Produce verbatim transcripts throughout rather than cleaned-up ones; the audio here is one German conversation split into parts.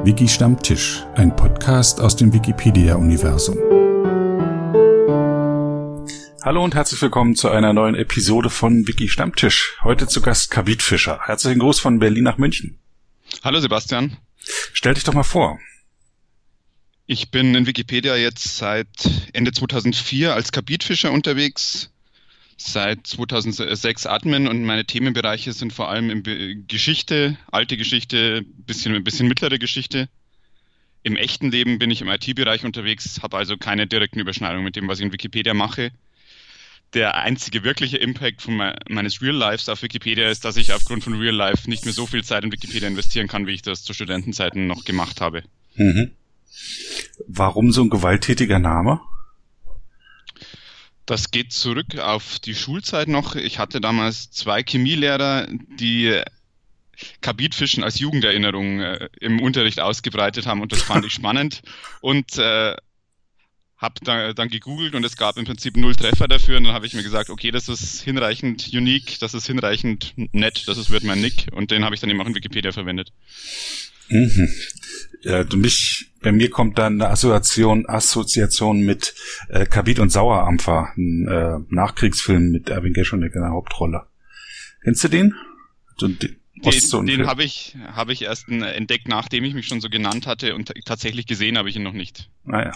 Wiki-Stammtisch, ein Podcast aus dem Wikipedia-Universum. Hallo und herzlich willkommen zu einer neuen Episode von Wiki-Stammtisch. Heute zu Gast Kavit Fischer. Herzlichen Gruß von Berlin nach München. Hallo Sebastian. Stell dich doch mal vor. Ich bin in Wikipedia jetzt seit Ende zweitausendvier als Kavit Fischer unterwegs, seit zweitausendsechs Admin und meine Themenbereiche sind vor allem in Be- Geschichte, alte Geschichte, bisschen, ein bisschen mittlere Geschichte. Im echten Leben bin ich im I T-Bereich unterwegs, habe also keine direkten Überschneidungen mit dem, was ich in Wikipedia mache. Der einzige wirkliche Impact von me- meines Real Lives auf Wikipedia ist, dass ich aufgrund von Real Life nicht mehr so viel Zeit in Wikipedia investieren kann, wie ich das zu Studentenzeiten noch gemacht habe. Mhm. Warum so ein gewalttätiger Name? Das geht zurück auf die Schulzeit noch. Ich hatte damals zwei Chemielehrer, die Kavitfischen als Jugenderinnerung äh, im Unterricht ausgebreitet haben und das fand ich spannend und äh, habe da, dann gegoogelt und es gab im Prinzip null Treffer dafür und dann habe ich mir gesagt, okay, das ist hinreichend unique, das ist hinreichend nett, das ist, wird mein Nick und den habe ich dann eben auch in Wikipedia verwendet. Mhm. Ja, du mich, bei mir kommt dann eine Assoziation, Assoziation mit äh, Kavit und Sauerampfer, ein äh, Nachkriegsfilm mit Erwin Geschonek in der Hauptrolle. Kennst du den? So, den den den habe ich, hab ich erst entdeckt, nachdem ich mich schon so genannt hatte und t- tatsächlich gesehen habe ich ihn noch nicht. Naja.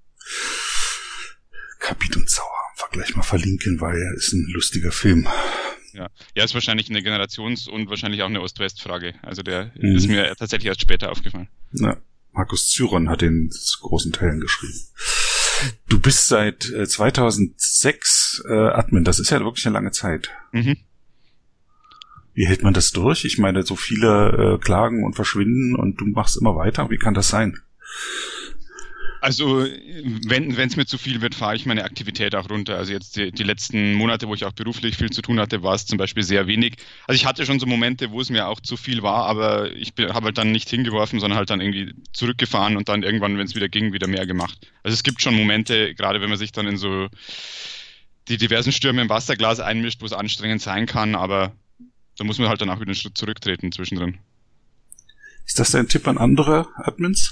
Kavit und Sauerampfer gleich mal verlinken, weil er ist ein lustiger Film. Ja, ja, ist wahrscheinlich eine Generations- und wahrscheinlich auch eine Ost-West-Frage. Also der Mhm. ist mir tatsächlich erst später aufgefallen. Ja, Markus Zyron hat den zu großen Teilen geschrieben. Du bist seit äh, zweitausendsechs äh, Admin, das ist ja wirklich eine lange Zeit. Mhm. Wie hält man das durch? Ich meine, so viele äh, klagen und verschwinden und du machst immer weiter. Wie kann das sein? Also wenn wenn es mir zu viel wird, fahre ich meine Aktivität auch runter. Also jetzt die, die letzten Monate, wo ich auch beruflich viel zu tun hatte, war es zum Beispiel sehr wenig. Also ich hatte schon so Momente, wo es mir auch zu viel war, aber ich habe halt dann nicht hingeworfen, sondern halt dann irgendwie zurückgefahren und dann irgendwann, wenn es wieder ging, wieder mehr gemacht. Also es gibt schon Momente, gerade wenn man sich dann in so die diversen Stürme im Wasserglas einmischt, wo es anstrengend sein kann, aber da muss man halt dann auch wieder einen Schritt zurücktreten zwischendrin. Ist das dein Tipp an andere Admins?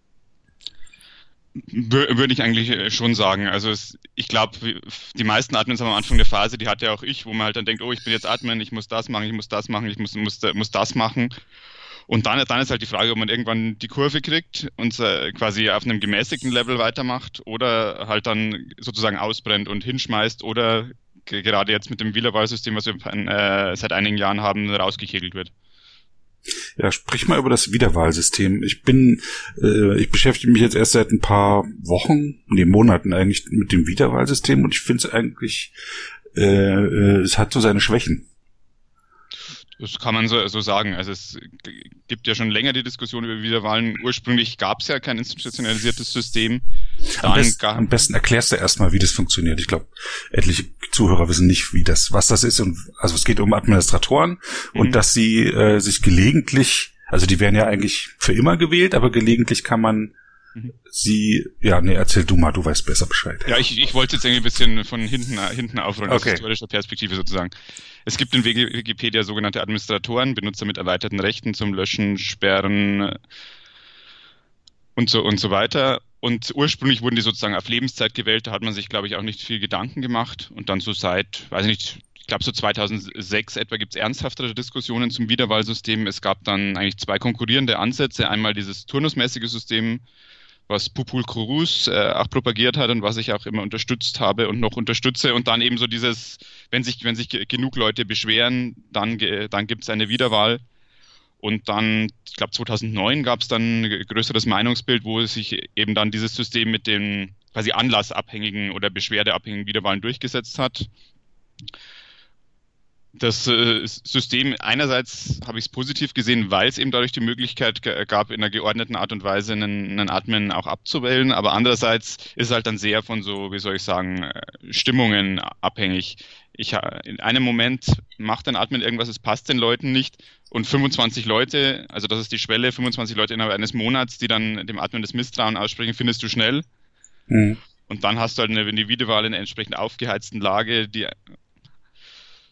Wür- Würde ich eigentlich schon sagen. Also es, ich glaube, die meisten Admins haben am Anfang der Phase, die hatte auch ich, wo man halt dann denkt, oh, ich bin jetzt Admin, ich muss das machen, ich muss das machen, ich muss, muss, muss das machen. Und dann, dann ist halt die Frage, ob man irgendwann die Kurve kriegt und äh, quasi auf einem gemäßigten Level weitermacht oder halt dann sozusagen ausbrennt und hinschmeißt oder g- gerade jetzt mit dem Wiederwahlsystem, was wir äh, seit einigen Jahren haben, rausgekegelt wird. Ja, sprich mal über das Wiederwahlsystem. Ich bin, äh, ich beschäftige mich jetzt erst seit ein paar Wochen, nee, Monaten eigentlich mit dem Wiederwahlsystem und ich finde es eigentlich, äh, äh, es hat so seine Schwächen. Das kann man so, so sagen. Also es g- gibt ja schon länger die Diskussion über Wiederwahlen. Ursprünglich gab es ja kein institutionalisiertes System. Am, Dann best, ga- am besten erklärst du erstmal, wie das funktioniert. Ich glaube, etliche Zuhörer wissen nicht, wie das, was das ist. Und also es geht um Administratoren und Mhm. dass sie äh, sich gelegentlich, also die werden ja eigentlich für immer gewählt, aber gelegentlich kann man Mhm. sie, ja, nee, erzähl du mal, du weißt besser Bescheid. Ja, ich, ich wollte jetzt irgendwie ein bisschen von hinten, hinten aufrollen, aus Okay. historischer Perspektive sozusagen. Es gibt in Wiki- Wikipedia sogenannte Administratoren, Benutzer mit erweiterten Rechten zum Löschen, Sperren und so und so weiter. Und ursprünglich wurden die sozusagen auf Lebenszeit gewählt, da hat man sich, glaube ich, auch nicht viel Gedanken gemacht. Und dann so seit, weiß ich nicht, ich glaube so zweitausendsechs etwa gibt es ernsthaftere Diskussionen zum Wiederwahlsystem. Es gab dann eigentlich zwei konkurrierende Ansätze. Einmal dieses turnusmäßige System, was Pupul Kurus äh, auch propagiert hat und was ich auch immer unterstützt habe und noch unterstütze. Und dann eben so dieses, wenn sich, wenn sich ge- genug Leute beschweren, dann, ge- dann gibt es eine Wiederwahl. Und dann, ich glaube zweitausendneun gab es dann ein größeres Meinungsbild, wo sich eben dann dieses System mit den quasi anlassabhängigen oder beschwerdeabhängigen Wiederwahlen durchgesetzt hat. Das äh, System, einerseits habe ich es positiv gesehen, weil es eben dadurch die Möglichkeit g- gab, in einer geordneten Art und Weise einen, einen Admin auch abzuwählen, aber andererseits ist es halt dann sehr von so, wie soll ich sagen, äh, Stimmungen abhängig. Ich, ha- in einem Moment macht ein Admin irgendwas, es passt den Leuten nicht und fünfundzwanzig Leute, also das ist die Schwelle, fünfundzwanzig Leute innerhalb eines Monats, die dann dem Admin das Misstrauen aussprechen, findest du schnell. Mhm. Und dann hast du halt eine Individual in einer entsprechend aufgeheizten Lage, die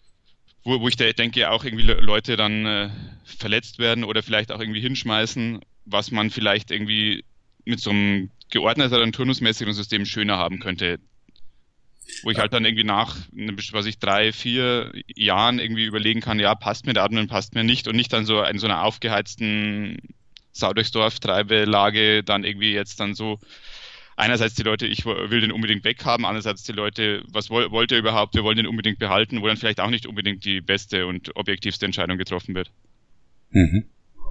Wo, wo ich da denke, auch irgendwie Le- Leute dann äh, verletzt werden oder vielleicht auch irgendwie hinschmeißen. was man vielleicht irgendwie mit so einem geordneteren, turnusmäßigeren System schöner haben könnte. Wo ich halt dann irgendwie nach, was ich, drei, vier Jahren irgendwie überlegen kann, ja, passt mir der Admin, passt mir nicht und nicht dann so in so einer aufgeheizten Sau durchs Dorf Treibelage dann irgendwie jetzt dann so einerseits die Leute, ich will den unbedingt weghaben, andererseits die Leute, was wollt ihr überhaupt, wir wollen den unbedingt behalten, wo dann vielleicht auch nicht unbedingt die beste und objektivste Entscheidung getroffen wird. Mhm.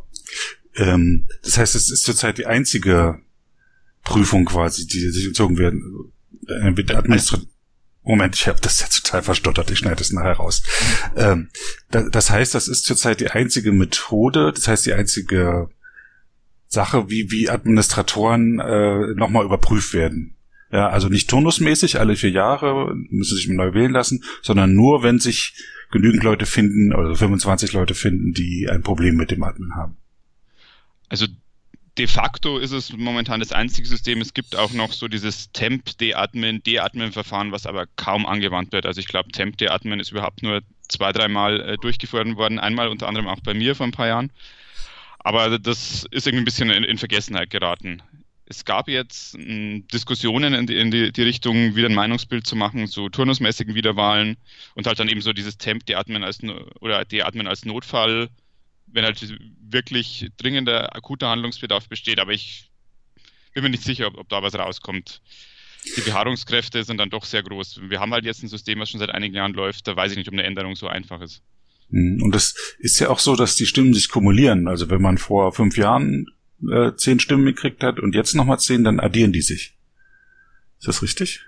Ähm, das heißt, es ist zurzeit die einzige Prüfung quasi, die sich entzogen werden. Mit der Administration. Moment, ich habe das jetzt total verstottert, ich schneide das nachher raus. Mhm. Ähm, das, das heißt, das ist zurzeit die einzige Methode, das heißt die einzige Sache, wie wie Administratoren äh, nochmal überprüft werden. Ja, also nicht turnusmäßig, alle vier Jahre müssen sich neu wählen lassen, sondern nur, wenn sich genügend Leute finden, also fünfundzwanzig Leute finden, die ein Problem mit dem Admin haben. Also de facto ist es momentan das einzige System. Es gibt auch noch so dieses Temp-De-Admin, De-Admin-Verfahren, was aber kaum angewandt wird. Also ich glaube, Temp-De-Admin ist überhaupt nur zwei, dreimal äh, durchgeführt worden. Einmal unter anderem auch bei mir vor ein paar Jahren. Aber das ist irgendwie ein bisschen in, in Vergessenheit geraten. Es gab jetzt mh, Diskussionen in, die, in die, die Richtung, wieder ein Meinungsbild zu machen, so turnusmäßigen Wiederwahlen und halt dann eben so dieses Temp-De-Admin als oder De-Admin als Notfall, wenn halt wirklich dringender, akuter Handlungsbedarf besteht. Aber ich bin mir nicht sicher, ob, ob da was rauskommt. Die Beharrungskräfte sind dann doch sehr groß. Wir haben halt jetzt ein System, was schon seit einigen Jahren läuft. Da weiß ich nicht, ob eine Änderung so einfach ist. Und es ist ja auch so, dass die Stimmen sich kumulieren. Also wenn man vor fünf Jahren äh, zehn Stimmen gekriegt hat und jetzt nochmal zehn, dann addieren die sich. Ist das richtig?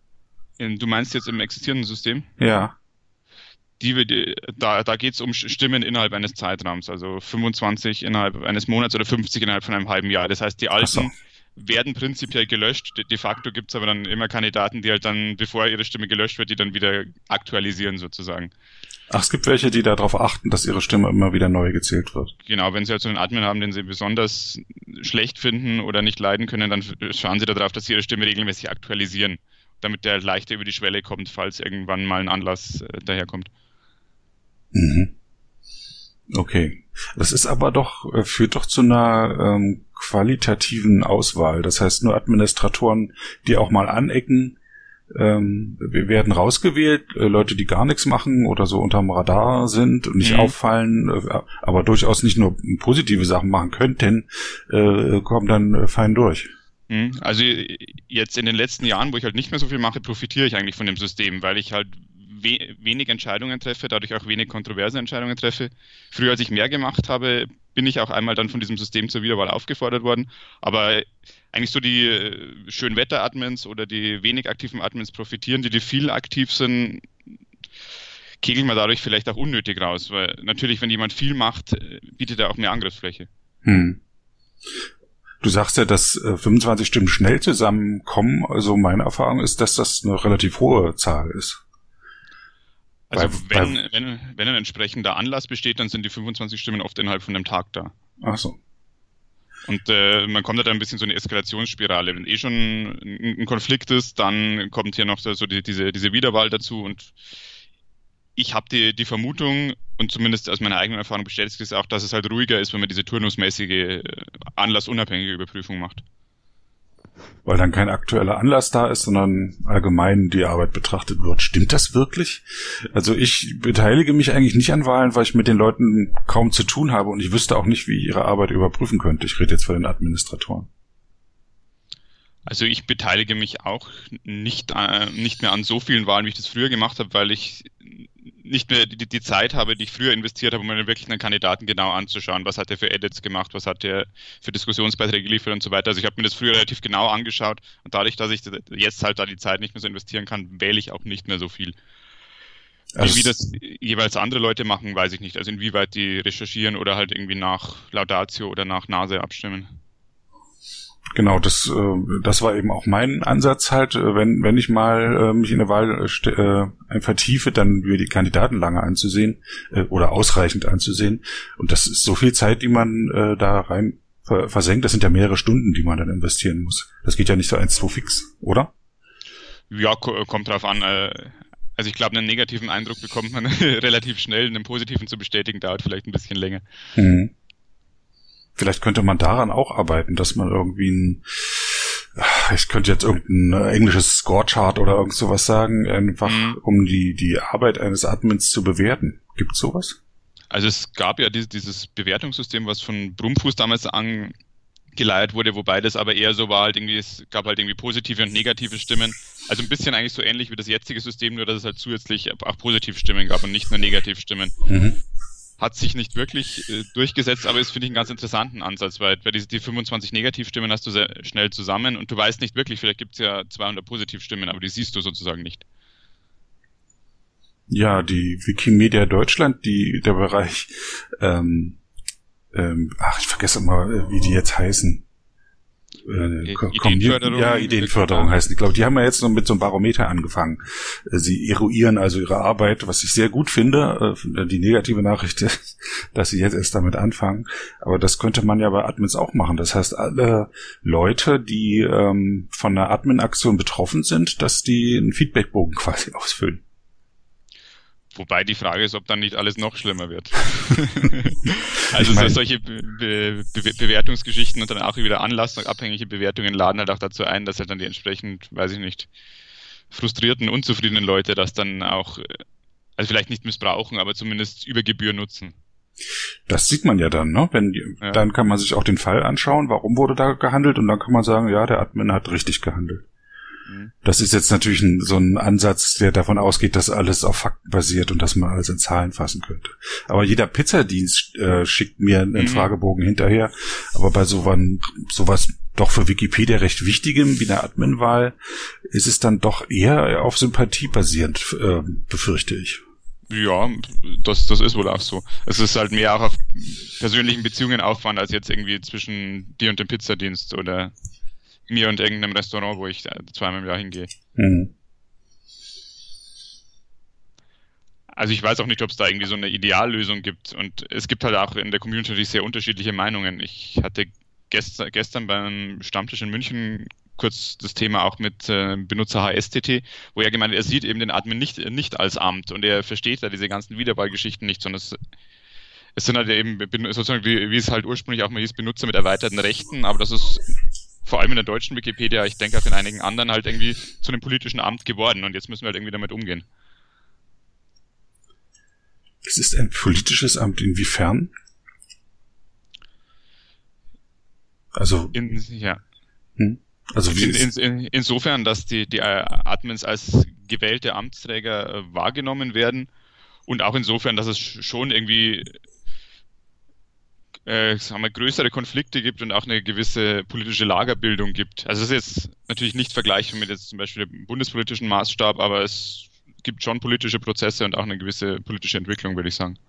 Du meinst jetzt im existierenden System? Ja. Die, die, da da geht es um Stimmen innerhalb eines Zeitraums, also fünfundzwanzig innerhalb eines Monats oder fünfzig innerhalb von einem halben Jahr. Das heißt, die alten so. werden prinzipiell gelöscht. De, de facto gibt es aber dann immer Kandidaten, die halt dann, bevor ihre Stimme gelöscht wird, die dann wieder aktualisieren sozusagen. Ach, es gibt welche, die darauf achten, dass ihre Stimme immer wieder neu gezählt wird. Genau, wenn sie halt so einen Admin haben, den sie besonders schlecht finden oder nicht leiden können, dann schauen sie darauf, dass sie ihre Stimme regelmäßig aktualisieren, damit der leichter über die Schwelle kommt, falls irgendwann mal ein Anlass äh, daherkommt. Mhm. Okay. Das ist aber doch, äh, führt doch zu einer ähm, qualitativen Auswahl. Das heißt, nur Administratoren, die auch mal anecken, ähm, werden rausgewählt, äh, Leute, die gar nichts machen oder so unterm Radar sind und nicht mhm. auffallen, äh, aber durchaus nicht nur positive Sachen machen könnten, äh, kommen dann äh, fein durch. Also jetzt in den letzten Jahren, wo ich halt nicht mehr so viel mache, profitiere ich eigentlich von dem System, weil ich halt we- wenig Entscheidungen treffe, dadurch auch wenig kontroverse Entscheidungen treffe. Früher, als ich mehr gemacht habe, bin ich auch einmal dann von diesem System zur Wiederwahl aufgefordert worden, aber eigentlich so die äh, Schönwetter-Admins oder die wenig aktiven Admins profitieren, die, die viel aktiv sind, kegeln wir dadurch vielleicht auch unnötig raus, weil natürlich, wenn jemand viel macht, bietet er auch mehr Angriffsfläche. Hm. Du sagst ja, dass äh, fünfundzwanzig Stimmen schnell zusammenkommen. Also meine Erfahrung ist, dass das eine relativ hohe Zahl ist. Also bei, wenn, bei, wenn, wenn ein entsprechender Anlass besteht, dann sind die fünfundzwanzig Stimmen oft innerhalb von einem Tag da. Ach so. Und äh, man kommt da dann ein bisschen so eine Eskalationsspirale. Wenn eh schon ein, ein Konflikt ist, dann kommt hier noch so die, diese, diese Wiederwahl dazu. Und ich habe die, die Vermutung, und zumindest aus meiner eigenen Erfahrung bestätigt es auch, dass es halt ruhiger ist, wenn man diese turnusmäßige, anlassunabhängige Überprüfung macht. Weil dann kein aktueller Anlass da ist, sondern allgemein die Arbeit betrachtet wird. Stimmt das wirklich? Also ich beteilige mich eigentlich nicht an Wahlen, weil ich mit den Leuten kaum zu tun habe und ich wüsste auch nicht, wie ich ihre Arbeit überprüfen könnte. Ich rede jetzt von den Administratoren. Also ich beteilige mich auch nicht, äh, nicht mehr an so vielen Wahlen, wie ich das früher gemacht habe, weil ich nicht mehr die, die Zeit habe, die ich früher investiert habe, um mir wirklich einen Kandidaten genau anzuschauen. Was hat er für Edits gemacht, was hat er für Diskussionsbeiträge geliefert und so weiter. Also ich habe mir das früher relativ genau angeschaut und dadurch, dass ich jetzt halt da die Zeit nicht mehr so investieren kann, wähle ich auch nicht mehr so viel. Also wie das jeweils andere Leute machen, weiß ich nicht. Also inwieweit die recherchieren oder halt irgendwie nach Laudatio oder nach Nase abstimmen. Genau, das äh, das war eben auch mein Ansatz halt, äh, wenn wenn ich mal äh, mich in der Wahl äh, vertiefe, dann mir die Kandidaten lange anzusehen äh, oder ausreichend anzusehen. Und das ist so viel Zeit, die man äh, da rein ver- versenkt. Das sind ja mehrere Stunden, die man dann investieren muss. Das geht ja nicht so eins, zwei fix, oder? Ja, ko- kommt drauf an. Äh, also ich glaube, einen negativen Eindruck bekommt man relativ schnell. Einen positiven zu bestätigen dauert vielleicht ein bisschen länger. Mhm. Vielleicht könnte man daran auch arbeiten, dass man irgendwie ein, ich könnte jetzt irgendein englisches Scorechart oder irgend sowas sagen, einfach mhm. um die, die Arbeit eines Admins zu bewerten. Gibt's sowas? Also es gab ja dieses, dieses Bewertungssystem, was von Brumfuß damals angeleiert wurde, wobei das aber eher so war, halt irgendwie, es gab halt irgendwie positive und negative Stimmen. Also ein bisschen eigentlich so ähnlich wie das jetzige System, nur dass es halt zusätzlich auch positive Stimmen gab und nicht nur negative Stimmen. Mhm. Hat sich nicht wirklich äh, durchgesetzt, aber ist, finde ich, einen ganz interessanten Ansatz, weil, weil diese, die fünfundzwanzig Negativstimmen hast du sehr schnell zusammen und du weißt nicht wirklich, vielleicht gibt es ja zweihundert Positivstimmen, aber die siehst du sozusagen nicht. Ja, die Wikimedia Deutschland, die der Bereich, ähm, ähm, ach, ich vergesse immer, wie die jetzt heißen. Äh, Ideenförderung. Ja, Ideenförderung heißen die. Ich glaube, die haben ja jetzt noch mit so einem Barometer angefangen. Sie eruieren also ihre Arbeit, was ich sehr gut finde. Die negative Nachricht ist, dass sie jetzt erst damit anfangen. Aber das könnte man ja bei Admins auch machen. Das heißt, alle Leute, die ähm, von einer Admin-Aktion betroffen sind, dass die einen Feedbackbogen quasi ausfüllen. Wobei die Frage ist, ob dann nicht alles noch schlimmer wird. Also ich mein, so solche Be- Be- Be- Bewertungsgeschichten und dann auch wieder anlassabhängige Bewertungen laden halt auch dazu ein, dass halt dann die entsprechend, weiß ich nicht, frustrierten, unzufriedenen Leute das dann auch, also vielleicht nicht missbrauchen, aber zumindest über Gebühr nutzen. Das sieht man ja dann, ne? Wenn, ja. Dann kann man sich auch den Fall anschauen, warum wurde da gehandelt und dann kann man sagen, ja, der Admin hat richtig gehandelt. Das ist jetzt natürlich ein, so ein Ansatz, der davon ausgeht, dass alles auf Fakten basiert und dass man alles in Zahlen fassen könnte. Aber jeder Pizzadienst äh, schickt mir einen mhm. Fragebogen hinterher. Aber bei so was, sowas doch für Wikipedia recht Wichtigem wie der Adminwahl ist es dann doch eher auf Sympathie basierend, äh, befürchte ich. Ja, das, das ist wohl auch so. Es ist halt mehr auch auf persönlichen Beziehungen aufwand, als jetzt irgendwie zwischen dir und dem Pizzadienst oder mir und irgendeinem Restaurant, wo ich zweimal im Jahr hingehe. Mhm. Also ich weiß auch nicht, ob es da irgendwie so eine Ideallösung gibt. Und es gibt halt auch in der Community natürlich sehr unterschiedliche Meinungen. Ich hatte gestern, gestern beim Stammtisch in München kurz das Thema auch mit äh, Benutzer H S T T, wo er gemeint hat, er sieht eben den Admin nicht, nicht als Amt und er versteht da diese ganzen Wiederwahlgeschichten nicht, sondern es, es sind halt eben sozusagen, wie, wie es halt ursprünglich auch mal hieß, Benutzer mit erweiterten Rechten, aber das ist vor allem in der deutschen Wikipedia, ich denke auch in einigen anderen halt irgendwie zu einem politischen Amt geworden und jetzt müssen wir halt irgendwie damit umgehen. Es ist ein politisches Amt, inwiefern? Also in, ja. Hm? Also wie in, in, in, insofern, dass die, die Admins als gewählte Amtsträger äh, wahrgenommen werden und auch insofern, dass es schon irgendwie äh, sagen wir, größere Konflikte gibt und auch eine gewisse politische Lagerbildung gibt. Also es ist jetzt natürlich nicht vergleichbar mit jetzt zum Beispiel dem bundespolitischen Maßstab, aber es gibt schon politische Prozesse und auch eine gewisse politische Entwicklung, würde ich sagen.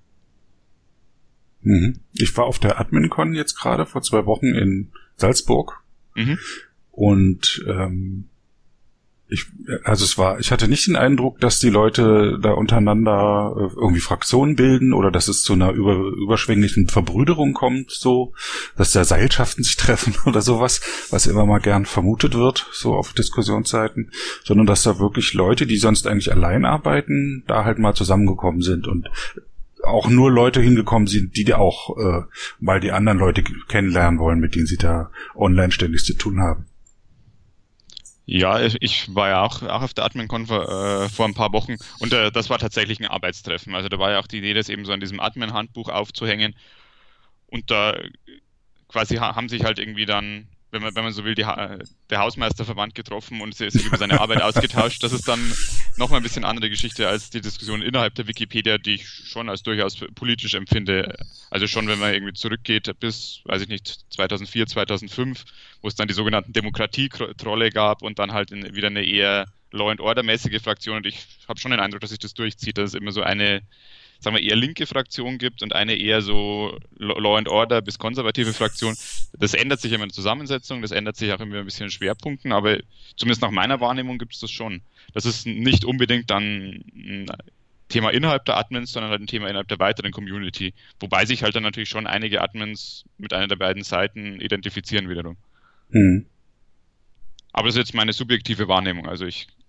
Mhm. Ich war auf der AdminCon jetzt gerade vor zwei Wochen in Salzburg. Mhm. Und ähm, ich, also es war, ich hatte nicht den Eindruck, dass die Leute da untereinander irgendwie Fraktionen bilden oder dass es zu einer über, überschwänglichen Verbrüderung kommt, so, dass da Seilschaften sich treffen oder sowas, was immer mal gern vermutet wird, so auf Diskussionsseiten, sondern dass da wirklich Leute, die sonst eigentlich allein arbeiten, da halt mal zusammengekommen sind und auch nur Leute hingekommen sind, die auch äh, mal die anderen Leute kennenlernen wollen, mit denen sie da online ständig zu tun haben. Ja, ich war ja auch, auch auf der AdminCon vor, äh, vor ein paar Wochen und äh, das war tatsächlich ein Arbeitstreffen. Also da war ja auch die Idee, das eben so an diesem Admin-Handbuch aufzuhängen und da quasi ha- haben sich halt irgendwie dann, wenn man, wenn man so will, die ha- der Hausmeisterverband getroffen und sich über seine Arbeit ausgetauscht. Das ist dann nochmal ein bisschen andere Geschichte als die Diskussion innerhalb der Wikipedia, die ich schon als durchaus politisch empfinde. Also schon, wenn man irgendwie zurückgeht bis, weiß ich nicht, zweitausendvier, zweitausendfünf, wo es dann die sogenannten Demokratie-Trolle gab und dann halt in, wieder eine eher Law-and-Order-mäßige Fraktion. Und ich habe schon den Eindruck, dass sich das durchzieht, dass es immer so eine, sagen wir, eher linke Fraktion gibt und eine eher so Law and Order bis konservative Fraktion. Das ändert sich immer in der Zusammensetzung, das ändert sich auch immer ein bisschen in Schwerpunkten, aber zumindest nach meiner Wahrnehmung gibt es das schon. Das ist nicht unbedingt dann ein Thema innerhalb der Admins, sondern halt ein Thema innerhalb der weiteren Community. Wobei sich halt dann natürlich schon einige Admins mit einer der beiden Seiten identifizieren wiederum. Mhm. Aber das ist jetzt meine subjektive Wahrnehmung. Also ich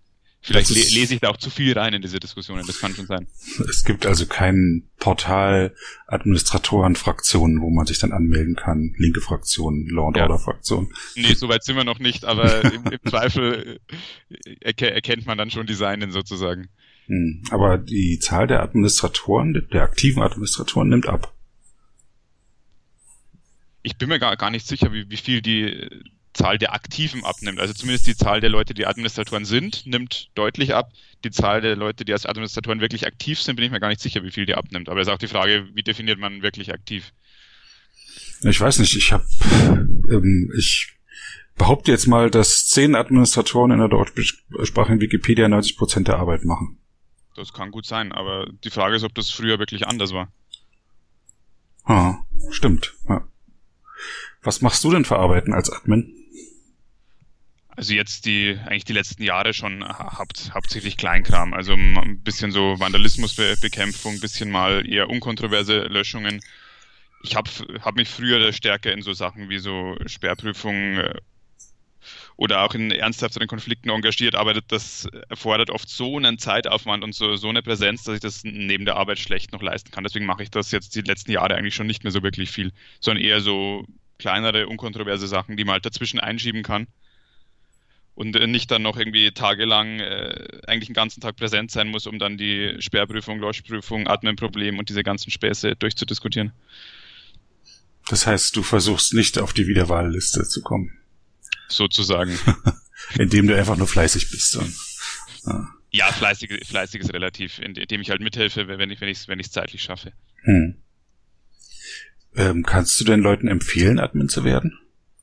Vielleicht le- lese ich da auch zu viel rein in diese Diskussionen, das kann schon sein. Es gibt also kein Portal Administratoren-Fraktionen, wo man sich dann anmelden kann. Linke Fraktion, Law and Ja. Order Fraktion. Nee, soweit sind wir noch nicht, aber im, im Zweifel erke- erkennt man dann schon die Seinen sozusagen. Hm. Aber die Zahl der Administratoren, der aktiven Administratoren nimmt ab. Ich bin mir gar, gar nicht sicher, wie, wie viel die Zahl der Aktiven abnimmt. Also zumindest die Zahl der Leute, die Administratoren sind, nimmt deutlich ab. Die Zahl der Leute, die als Administratoren wirklich aktiv sind, bin ich mir gar nicht sicher, wie viel die abnimmt. Aber es ist auch die Frage, wie definiert man wirklich aktiv? Ich weiß nicht, ich habe, ähm, ich behaupte jetzt mal, dass zehn Administratoren in der deutschsprachigen Wikipedia neunzig Prozent der Arbeit machen. Das kann gut sein, aber die Frage ist, ob das früher wirklich anders war. Ah, stimmt. Ja. Was machst du denn für Arbeiten als Admin? Also jetzt die, eigentlich die letzten Jahre schon haupt, hauptsächlich Kleinkram. Also ein bisschen so Vandalismusbekämpfung, ein bisschen mal eher unkontroverse Löschungen. Ich habe hab mich früher stärker in so Sachen wie so Sperrprüfungen äh, oder auch in ernsthafteren Konflikten engagiert, aber das erfordert oft so einen Zeitaufwand und so, so eine Präsenz, dass ich das neben der Arbeit schlecht noch leisten kann. Deswegen mache ich das jetzt die letzten Jahre eigentlich schon nicht mehr so wirklich viel, sondern eher so kleinere, unkontroverse Sachen, die man halt dazwischen einschieben kann und nicht dann noch irgendwie tagelang äh, eigentlich den ganzen Tag präsent sein muss, um dann die Sperrprüfung, Löschprüfung, Adminproblem und diese ganzen Späße durchzudiskutieren. Das heißt, du versuchst nicht auf die Wiederwahlliste zu kommen. Sozusagen. Indem du einfach nur fleißig bist. Und, ja, ja fleißig, fleißig ist relativ, indem ich halt mithelfe, wenn ich wenn ich wenn ich es zeitlich schaffe. Hm. Ähm, kannst du den Leuten empfehlen, Admin zu werden?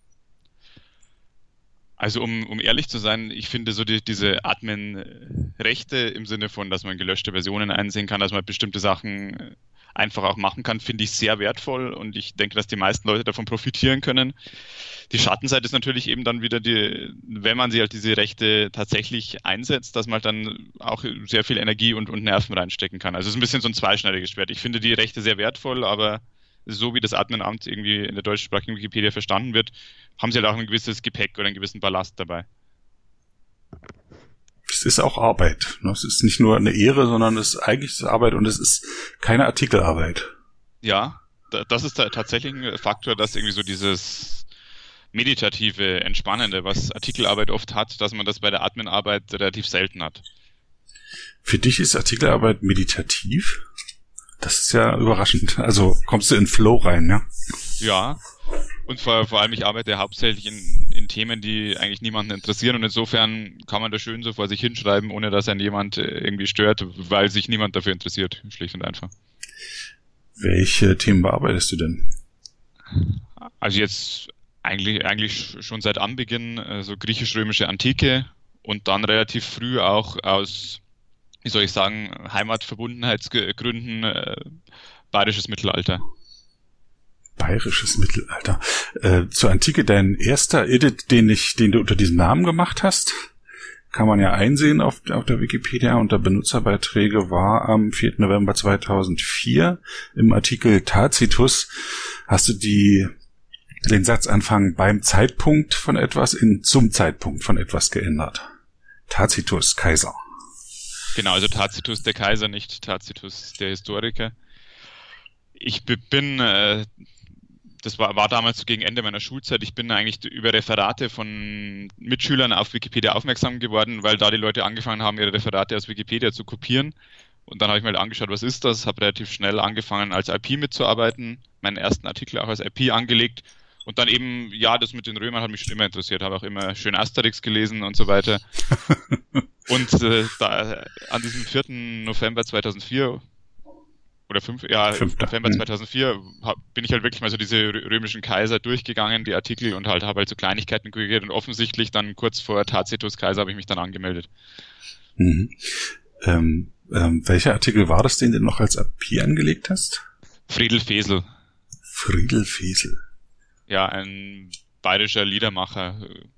Also um, um ehrlich zu sein, ich finde so die, diese Admin-Rechte im Sinne von, dass man gelöschte Versionen einsehen kann, dass man bestimmte Sachen einfach auch machen kann, finde ich sehr wertvoll und ich denke, dass die meisten Leute davon profitieren können. Die Schattenseite ist natürlich eben dann wieder die, wenn man sie halt diese Rechte tatsächlich einsetzt, dass man halt dann auch sehr viel Energie und, und Nerven reinstecken kann. Also es ist ein bisschen so ein zweischneidiges Schwert. Ich finde die Rechte sehr wertvoll, aber so wie das Adminamt irgendwie in der deutschsprachigen Wikipedia verstanden wird, haben sie halt auch ein gewisses Gepäck oder einen gewissen Ballast dabei. Es ist auch Arbeit. Es ist nicht nur eine Ehre, sondern es ist eigentlich Arbeit und es ist keine Artikelarbeit. Ja, das ist tatsächlich ein Faktor, dass irgendwie so dieses meditative, entspannende, was Artikelarbeit oft hat, dass man das bei der Adminarbeit relativ selten hat. Für dich ist Artikelarbeit meditativ? Das ist ja überraschend. Also kommst du in Flow rein, ja? Ja, und vor, vor allem ich arbeite hauptsächlich in, in Themen, die eigentlich niemanden interessieren und insofern kann man das schön so vor sich hinschreiben, ohne dass einen jemand irgendwie stört, weil sich niemand dafür interessiert, schlicht und einfach. Welche Themen bearbeitest du denn? Also jetzt eigentlich, eigentlich schon seit Anbeginn so griechisch-römische Antike und dann relativ früh auch aus, wie soll ich sagen, Heimatverbundenheitsgründen äh, bayerisches Mittelalter. Bayerisches Mittelalter. Äh, zur Antike, dein erster Edit, den ich, den du unter diesem Namen gemacht hast, kann man ja einsehen auf, auf der Wikipedia unter Benutzerbeiträge, war am vierten November zweitausendvier im Artikel Tacitus. Hast du die den Satzanfang beim Zeitpunkt von etwas in zum Zeitpunkt von etwas geändert? Tacitus, Kaiser. Genau, also Tacitus der Kaiser, nicht Tacitus der Historiker. Ich bin, äh, das war, war damals so gegen Ende meiner Schulzeit, ich bin eigentlich über Referate von Mitschülern auf Wikipedia aufmerksam geworden, weil da die Leute angefangen haben, ihre Referate aus Wikipedia zu kopieren. Und dann habe ich mal angeschaut, was ist das, habe relativ schnell angefangen, als I P mitzuarbeiten, meinen ersten Artikel auch als I P angelegt. Und dann eben, ja, das mit den Römern hat mich schon immer interessiert, habe auch immer schön Asterix gelesen und so weiter. Und äh, da, an diesem vierten November zweitausendvier oder fünf, ja, Fünfter. November zweitausendvier hab, bin ich halt wirklich mal so diese römischen Kaiser durchgegangen, die Artikel und halt habe halt so Kleinigkeiten korrigiert und offensichtlich dann kurz vor Tacitus Kaiser habe ich mich dann angemeldet. Mhm. Ähm, ähm, welcher Artikel war das, den du noch als I P angelegt hast? Friedel Fesel. Friedel Fesel. Ja, ein bayerischer Liedermacher.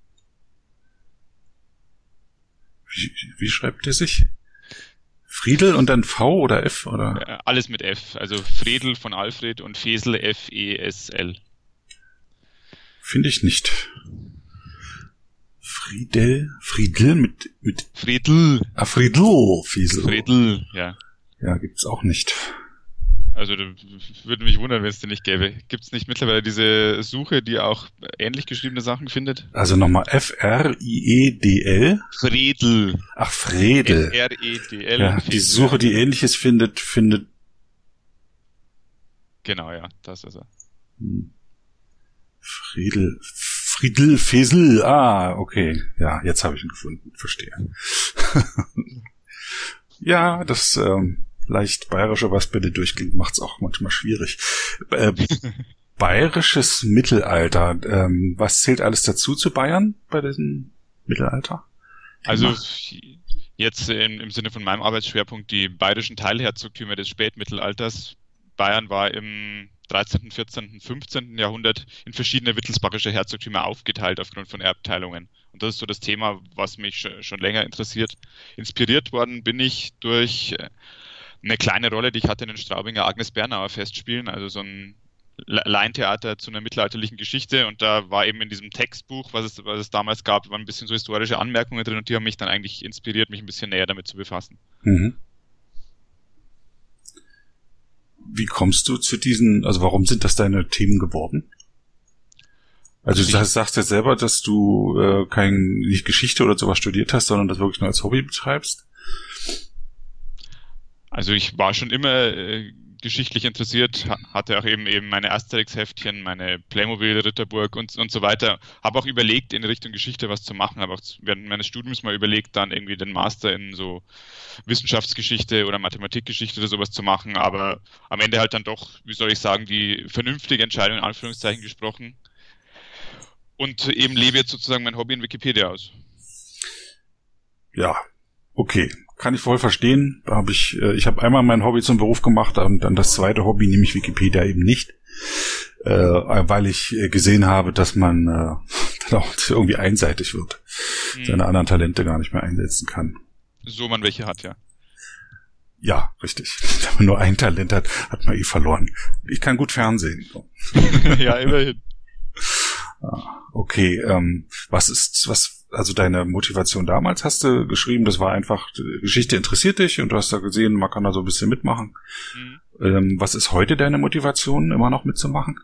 Wie, wie schreibt der sich? Friedel und dann V oder F? Oder? Alles mit F. Also Friedel von Alfred und Fesel F E S L. Finde ich nicht. Friedel? Friedel mit, mit... Friedel. Ah, Friedel. Fiesel. Friedel, ja. Ja, gibt's auch nicht. Also, da würde mich wundern, wenn es den nicht gäbe. Gibt's nicht mittlerweile diese Suche, die auch ähnlich geschriebene Sachen findet? Also nochmal F R I E D L? Friedel. Ach, Fredel. F R E D L. Ja, die Suche, die Ähnliches findet, findet... Genau, ja, das ist er. Friedel... Friedel Fesel. Ah, okay. Ja, jetzt habe ich ihn gefunden. Verstehe. Ja, das ähm, leicht bayerische, was bitte durchklingt, macht's auch manchmal schwierig. Äh, bayerisches Mittelalter. Ähm, was zählt alles dazu zu Bayern bei diesem Mittelalter? Also jetzt im, im Sinne von meinem Arbeitsschwerpunkt die bayerischen Teilherzogtümer des Spätmittelalters. Bayern war im dreizehnten, vierzehnten, fünfzehnten Jahrhundert in verschiedene wittelsbachische Herzogtümer aufgeteilt aufgrund von Erbteilungen. Und das ist so das Thema, was mich schon länger interessiert. Inspiriert worden bin ich durch eine kleine Rolle, die ich hatte in den Straubinger Agnes Bernauer Festspielen, also so ein Laientheater zu einer mittelalterlichen Geschichte. Und da war eben in diesem Textbuch, was es, was es damals gab, waren ein bisschen so historische Anmerkungen drin und die haben mich dann eigentlich inspiriert, mich ein bisschen näher damit zu befassen. Mhm. Wie kommst du zu diesen, also warum sind das deine Themen geworden? Also du sagst, sagst ja selber, dass du äh, kein, nicht Geschichte oder sowas studiert hast, sondern das wirklich nur als Hobby betreibst. Also ich war schon immer äh, geschichtlich interessiert, hatte auch eben eben meine Asterix-Heftchen, meine Playmobil-Ritterburg und, und so weiter. Habe auch überlegt, in Richtung Geschichte was zu machen, habe auch während meines Studiums mal überlegt, dann irgendwie den Master in so Wissenschaftsgeschichte oder Mathematikgeschichte oder sowas zu machen, aber am Ende halt dann doch, wie soll ich sagen, die vernünftige Entscheidung in Anführungszeichen gesprochen und eben lebe jetzt sozusagen mein Hobby in Wikipedia aus. Ja, okay. Kann ich voll verstehen. Da habe ich, äh, ich habe einmal mein Hobby zum Beruf gemacht und dann das zweite Hobby, nämlich Wikipedia eben nicht, äh, weil ich gesehen habe, dass man äh, dann auch irgendwie einseitig wird, hm. seine anderen Talente gar nicht mehr einsetzen kann. So man welche hat, ja. Ja, richtig. Wenn man nur ein Talent hat, hat man eh verloren. Ich kann gut Fernsehen. Ja, immerhin. Okay, ähm, was ist, was, also deine Motivation damals, hast du geschrieben, das war einfach, Geschichte interessiert dich und du hast da gesehen, man kann da so ein bisschen mitmachen. Mhm. Ähm, was ist heute deine Motivation, immer noch mitzumachen?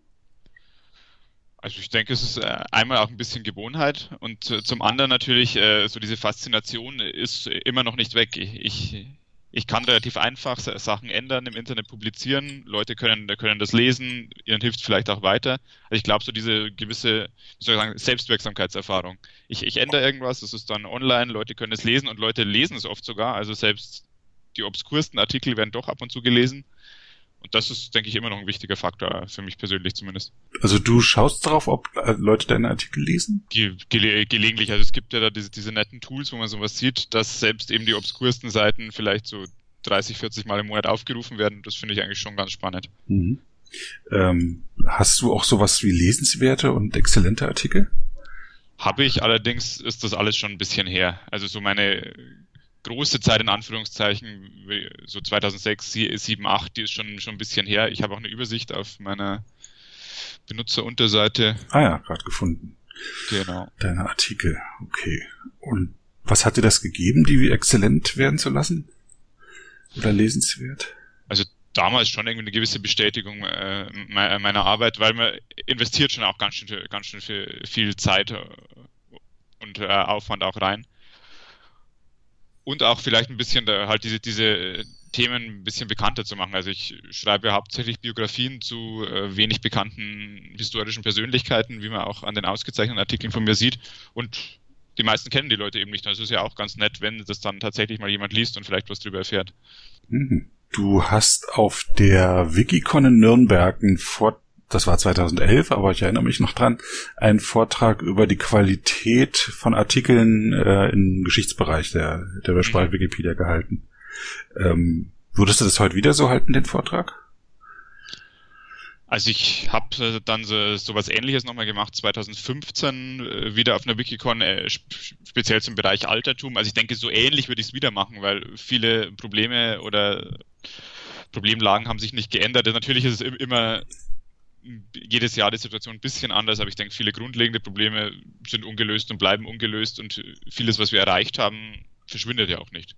Also ich denke, es ist äh, einmal auch ein bisschen Gewohnheit und äh, zum anderen natürlich äh, so diese Faszination ist immer noch nicht weg. Ich, ich Ich kann relativ einfach Sachen ändern, im Internet publizieren, Leute können, können das lesen, ihnen hilft es vielleicht auch weiter. Also ich glaube, so diese gewisse, wie soll ich sagen, Selbstwirksamkeitserfahrung. Ich, ich ändere irgendwas, das ist dann online, Leute können es lesen und Leute lesen es oft sogar, also selbst die obskursten Artikel werden doch ab und zu gelesen. Und das ist, denke ich, immer noch ein wichtiger Faktor, für mich persönlich zumindest. Also du schaust drauf, ob Leute deine Artikel lesen? Ge- gele- gelegentlich. Also es gibt ja da diese, diese netten Tools, wo man sowas sieht, dass selbst eben die obskursten Seiten vielleicht so dreißig, vierzig Mal im Monat aufgerufen werden. Das finde ich eigentlich schon ganz spannend. Mhm. Ähm, hast du auch sowas wie lesenswerte und exzellente Artikel? Habe ich, allerdings ist das alles schon ein bisschen her. Also so meine große Zeit in Anführungszeichen, so zweitausendsechs, sieben, acht, die ist schon, schon ein bisschen her. Ich habe auch eine Übersicht auf meiner Benutzerunterseite. Ah ja, gerade gefunden. Genau. Deine Artikel, okay. Und was hat dir das gegeben, die wie exzellent werden zu lassen? Oder lesenswert? Also damals schon irgendwie eine gewisse Bestätigung äh, meiner Arbeit, weil man investiert schon auch ganz schön, ganz schön viel, viel Zeit und äh, Aufwand auch rein. Und auch vielleicht ein bisschen da, halt diese, diese Themen ein bisschen bekannter zu machen. Also ich schreibe hauptsächlich Biografien zu äh, wenig bekannten historischen Persönlichkeiten, wie man auch an den ausgezeichneten Artikeln von mir sieht. Und die meisten kennen die Leute eben nicht. Das ist ja auch ganz nett, wenn das dann tatsächlich mal jemand liest und vielleicht was drüber erfährt. Du hast auf der Wikicon in Nürnberg einen Vortrag, das war zweitausendelf, aber ich erinnere mich noch dran, einen Vortrag über die Qualität von Artikeln äh, im Geschichtsbereich der, der Weltsprache mhm. Wikipedia gehalten. Ähm, würdest du das heute wieder so halten, den Vortrag? Also ich habe dann so, so was Ähnliches nochmal gemacht, zweitausendfünfzehn, äh, wieder auf einer Wikicon, äh, speziell zum Bereich Altertum. Also ich denke, so ähnlich würde ich es wieder machen, weil viele Probleme oder Problemlagen haben sich nicht geändert. Natürlich ist es immer jedes Jahr die Situation ein bisschen anders, aber ich denke, viele grundlegende Probleme sind ungelöst und bleiben ungelöst und vieles, was wir erreicht haben, verschwindet ja auch nicht.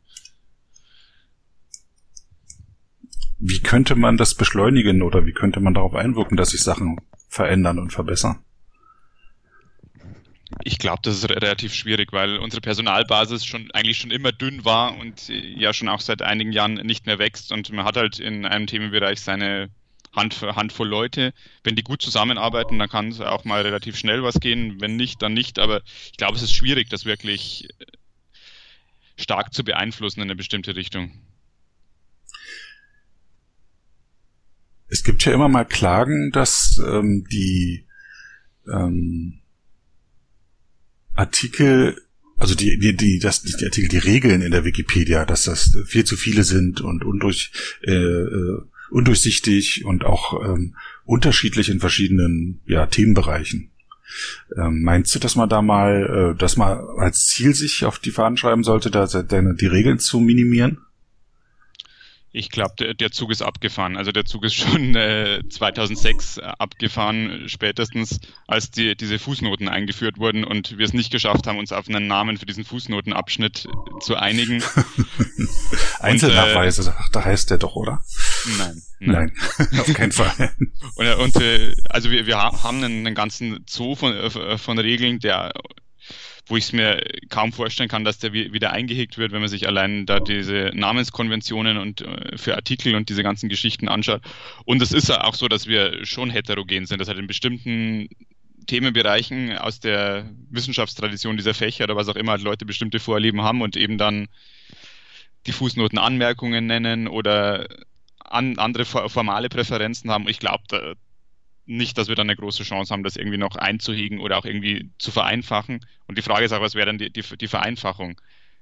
Wie könnte man das beschleunigen oder wie könnte man darauf einwirken, dass sich Sachen verändern und verbessern? Ich glaube, das ist relativ schwierig, weil unsere Personalbasis schon eigentlich schon immer dünn war und ja schon auch seit einigen Jahren nicht mehr wächst und man hat halt in einem Themenbereich seine Hand, Handvoll Leute. Wenn die gut zusammenarbeiten, dann kann es auch mal relativ schnell was gehen. Wenn nicht, dann nicht. Aber ich glaube, es ist schwierig, das wirklich stark zu beeinflussen in eine bestimmte Richtung. Es gibt ja immer mal Klagen, dass ähm, die ähm, Artikel, also die, die, die, das, die Artikel, die Regeln in der Wikipedia, dass das viel zu viele sind und undurch, äh, äh, undurchsichtig und auch ähm, unterschiedlich in verschiedenen ja, Themenbereichen. Ähm, meinst du, dass man da mal, äh, dass man als Ziel sich auf die Fahnen schreiben sollte, da die Regeln zu minimieren? Ich glaube, der, der Zug ist abgefahren. Also der Zug ist schon äh, zweitausendsechs abgefahren, spätestens als die, diese Fußnoten eingeführt wurden und wir es nicht geschafft haben, uns auf einen Namen für diesen Fußnotenabschnitt zu einigen. Einzelnachweise, und, äh, da heißt der doch, oder? Nein. Nein, nein auf keinen Fall. und und äh, also wir, wir haben einen, einen ganzen Zoo von, von Regeln, der wo ich es mir kaum vorstellen kann, dass der wieder eingehegt wird, wenn man sich allein da diese Namenskonventionen und äh, für Artikel und diese ganzen Geschichten anschaut. Und es ist ja auch so, dass wir schon heterogen sind. Das hat in bestimmten Themenbereichen aus der Wissenschaftstradition dieser Fächer oder was auch immer halt Leute bestimmte Vorlieben haben und eben dann die Fußnoten Anmerkungen nennen oder an, andere formale Präferenzen haben. Ich glaube da nicht, dass wir dann eine große Chance haben, das irgendwie noch einzuhegen oder auch irgendwie zu vereinfachen. Und die Frage ist auch, was wäre dann die, die, die Vereinfachung?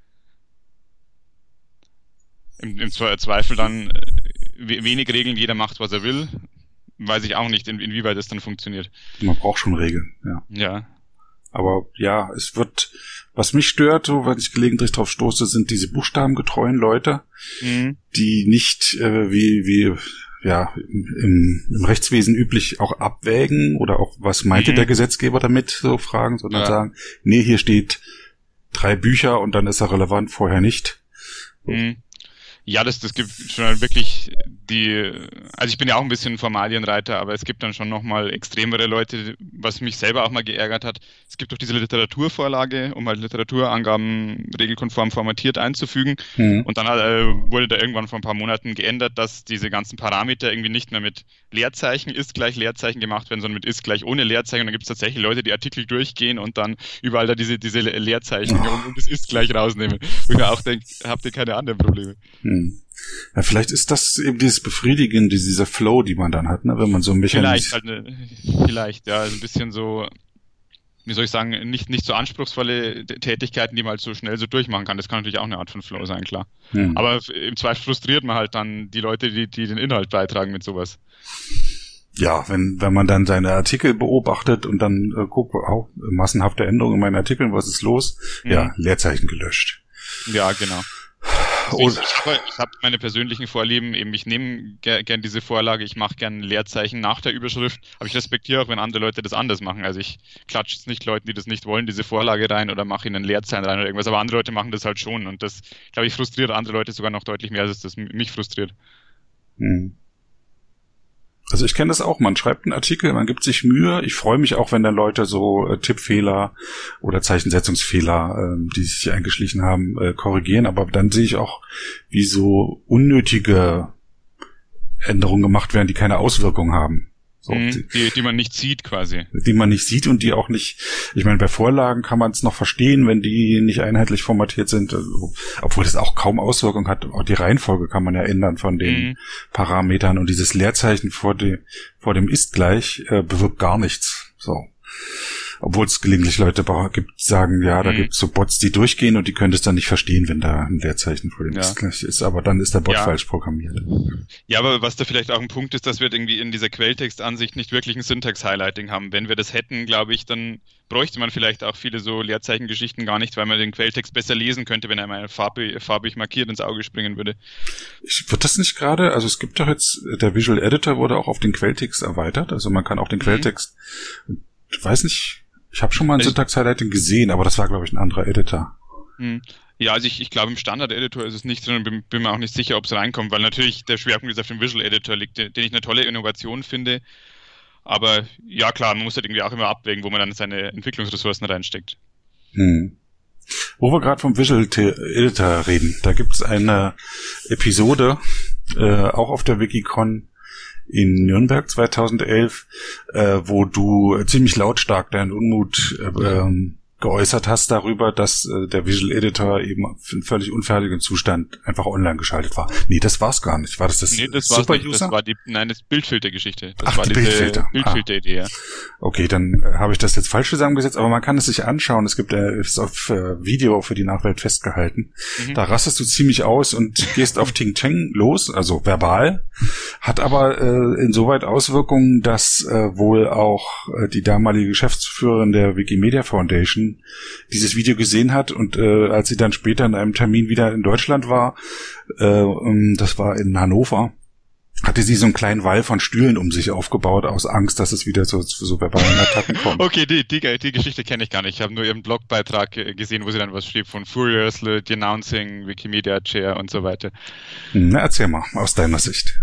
Im, im Zweifel dann wenig Regeln, jeder macht, was er will. Weiß ich auch nicht, in, inwieweit das dann funktioniert. Man braucht schon Regeln, ja. Ja. Aber ja, es wird, was mich stört, so, weil ich gelegentlich drauf stoße, sind diese buchstabengetreuen Leute, mhm. die nicht äh, wie, wie ja, im, im Rechtswesen üblich auch abwägen oder auch, was meinte mhm. der Gesetzgeber damit, so fragen, sondern ja. sagen, nee, hier steht drei Bücher und dann ist er relevant, vorher nicht. So. Mhm. Ja, das, das gibt schon wirklich die, also ich bin ja auch ein bisschen Formalienreiter, aber es gibt dann schon nochmal extremere Leute, was mich selber auch mal geärgert hat. Es gibt doch diese Literaturvorlage, um halt Literaturangaben regelkonform formatiert einzufügen. Mhm. Und dann äh, wurde da irgendwann vor ein paar Monaten geändert, dass diese ganzen Parameter irgendwie nicht mehr mit Leerzeichen, ist gleich Leerzeichen gemacht werden, sondern mit ist gleich ohne Leerzeichen. Und dann gibt es tatsächlich Leute, die Artikel durchgehen und dann überall da diese, diese Leerzeichen oh. und das ist gleich rausnehmen. Wo ich mir auch denke, habt ihr keine anderen Probleme? Mhm. Ja, vielleicht ist das eben dieses Befriedigende, dieser Flow, die man dann hat, ne, wenn man so ein Mechanismus... Vielleicht, halt ne, vielleicht, ja, also ein bisschen so, wie soll ich sagen, nicht, nicht so anspruchsvolle Tätigkeiten, die man halt so schnell so durchmachen kann. Das kann natürlich auch eine Art von Flow sein, klar. Hm. Aber im Zweifel frustriert man halt dann die Leute, die, die den Inhalt beitragen mit sowas. Ja, wenn wenn man dann seine Artikel beobachtet und dann äh, guckt, oh, massenhafte Änderungen in meinen Artikeln, was ist los? Mhm. Ja, Leerzeichen gelöscht. Ja, genau. Also ich ich habe hab meine persönlichen Vorlieben, eben ich nehme ger- gern diese Vorlage, ich mache gern Leerzeichen nach der Überschrift, aber ich respektiere auch, wenn andere Leute das anders machen. Also ich klatsche jetzt nicht Leuten, die das nicht wollen, diese Vorlage rein oder mache ihnen ein Leerzeichen rein oder irgendwas, aber andere Leute machen das halt schon und das, glaube ich, frustriert andere Leute sogar noch deutlich mehr, als es das mich frustriert. Hm. Also ich kenne das auch, man schreibt einen Artikel, man gibt sich Mühe, ich freue mich auch, wenn dann Leute so äh, Tippfehler oder Zeichensetzungsfehler, äh, die sich eingeschlichen haben, äh, korrigieren, aber dann sehe ich auch, wie so unnötige Änderungen gemacht werden, die keine Auswirkung haben. So, mhm, die, die man nicht sieht quasi. Die man nicht sieht und die auch nicht, ich meine, bei Vorlagen kann man es noch verstehen, wenn die nicht einheitlich formatiert sind, obwohl das auch kaum Auswirkungen hat. Auch die Reihenfolge kann man ja ändern von den mhm. Parametern und dieses Leerzeichen vor dem, vor dem ist gleich äh, bewirkt gar nichts. So. Obwohl es gelegentlich Leute gibt, sagen, ja, da mhm. gibt es so Bots, die durchgehen und die können es dann nicht verstehen, wenn da ein Leerzeichen vor dem ja. ist. Aber dann ist der Bot ja. falsch programmiert. Ja, aber was da vielleicht auch ein Punkt ist, dass wir irgendwie in dieser Quelltextansicht nicht wirklich ein Syntax-Highlighting haben. Wenn wir das hätten, glaube ich, dann bräuchte man vielleicht auch viele so Leerzeichengeschichten gar nicht, weil man den Quelltext besser lesen könnte, wenn er mal farbig, farbig markiert ins Auge springen würde. Ich, wird das nicht gerade, also es gibt doch jetzt, der Visual Editor wurde auch auf den Quelltext erweitert, also man kann auch den Quelltext, mhm. ich weiß nicht, ich habe schon mal ein Syntax-Highlighting gesehen, aber das war, glaube ich, ein anderer Editor. Mhm. Ja, also ich, ich glaube, im Standard-Editor ist es nicht drin und bin, bin mir auch nicht sicher, ob es reinkommt, weil natürlich der Schwerpunkt ist auf dem Visual Editor liegt, den ich eine tolle Innovation finde. Aber ja, klar, man muss halt irgendwie auch immer abwägen, wo man dann seine Entwicklungsressourcen reinsteckt. Hm. Wo wir gerade vom Visual Editor reden, da gibt es eine Episode, äh, auch auf der Wikicon in Nürnberg zweitausendelf, äh, wo du ziemlich lautstark deinen Unmut äh, ähm, geäußert hast darüber, dass äh, der Visual Editor eben in völlig unfertigem Zustand einfach online geschaltet war. Nee, das war's gar nicht. War das das Nee, das Super User? Das war die, nein, das Bildfilter-Geschichte. Das Ach, war die diese Bildfilter. Bildfilter-Idee, ja. Okay, dann äh, habe ich das jetzt falsch zusammengesetzt, aber man kann es sich anschauen. Es gibt äh, ist auf äh, Video für die Nachwelt festgehalten. Mhm. Da rastest du ziemlich aus und gehst auf Ting Cheng los, also verbal, hat aber äh, insoweit Auswirkungen, dass äh, wohl auch äh, die damalige Geschäftsführerin der Wikimedia Foundation dieses Video gesehen hat und äh, als sie dann später in einem Termin wieder in Deutschland war, äh, das war in Hannover, hatte sie so einen kleinen Wall von Stühlen um sich aufgebaut, aus Angst, dass es wieder so zu so verbalen Attacken kommt. Okay, die, die, die Geschichte kenne ich gar nicht. Ich habe nur ihren Blogbeitrag gesehen, wo sie dann was schrieb von Furiously Denouncing Wikimedia Chair und so weiter. Na, erzähl mal, aus deiner Sicht.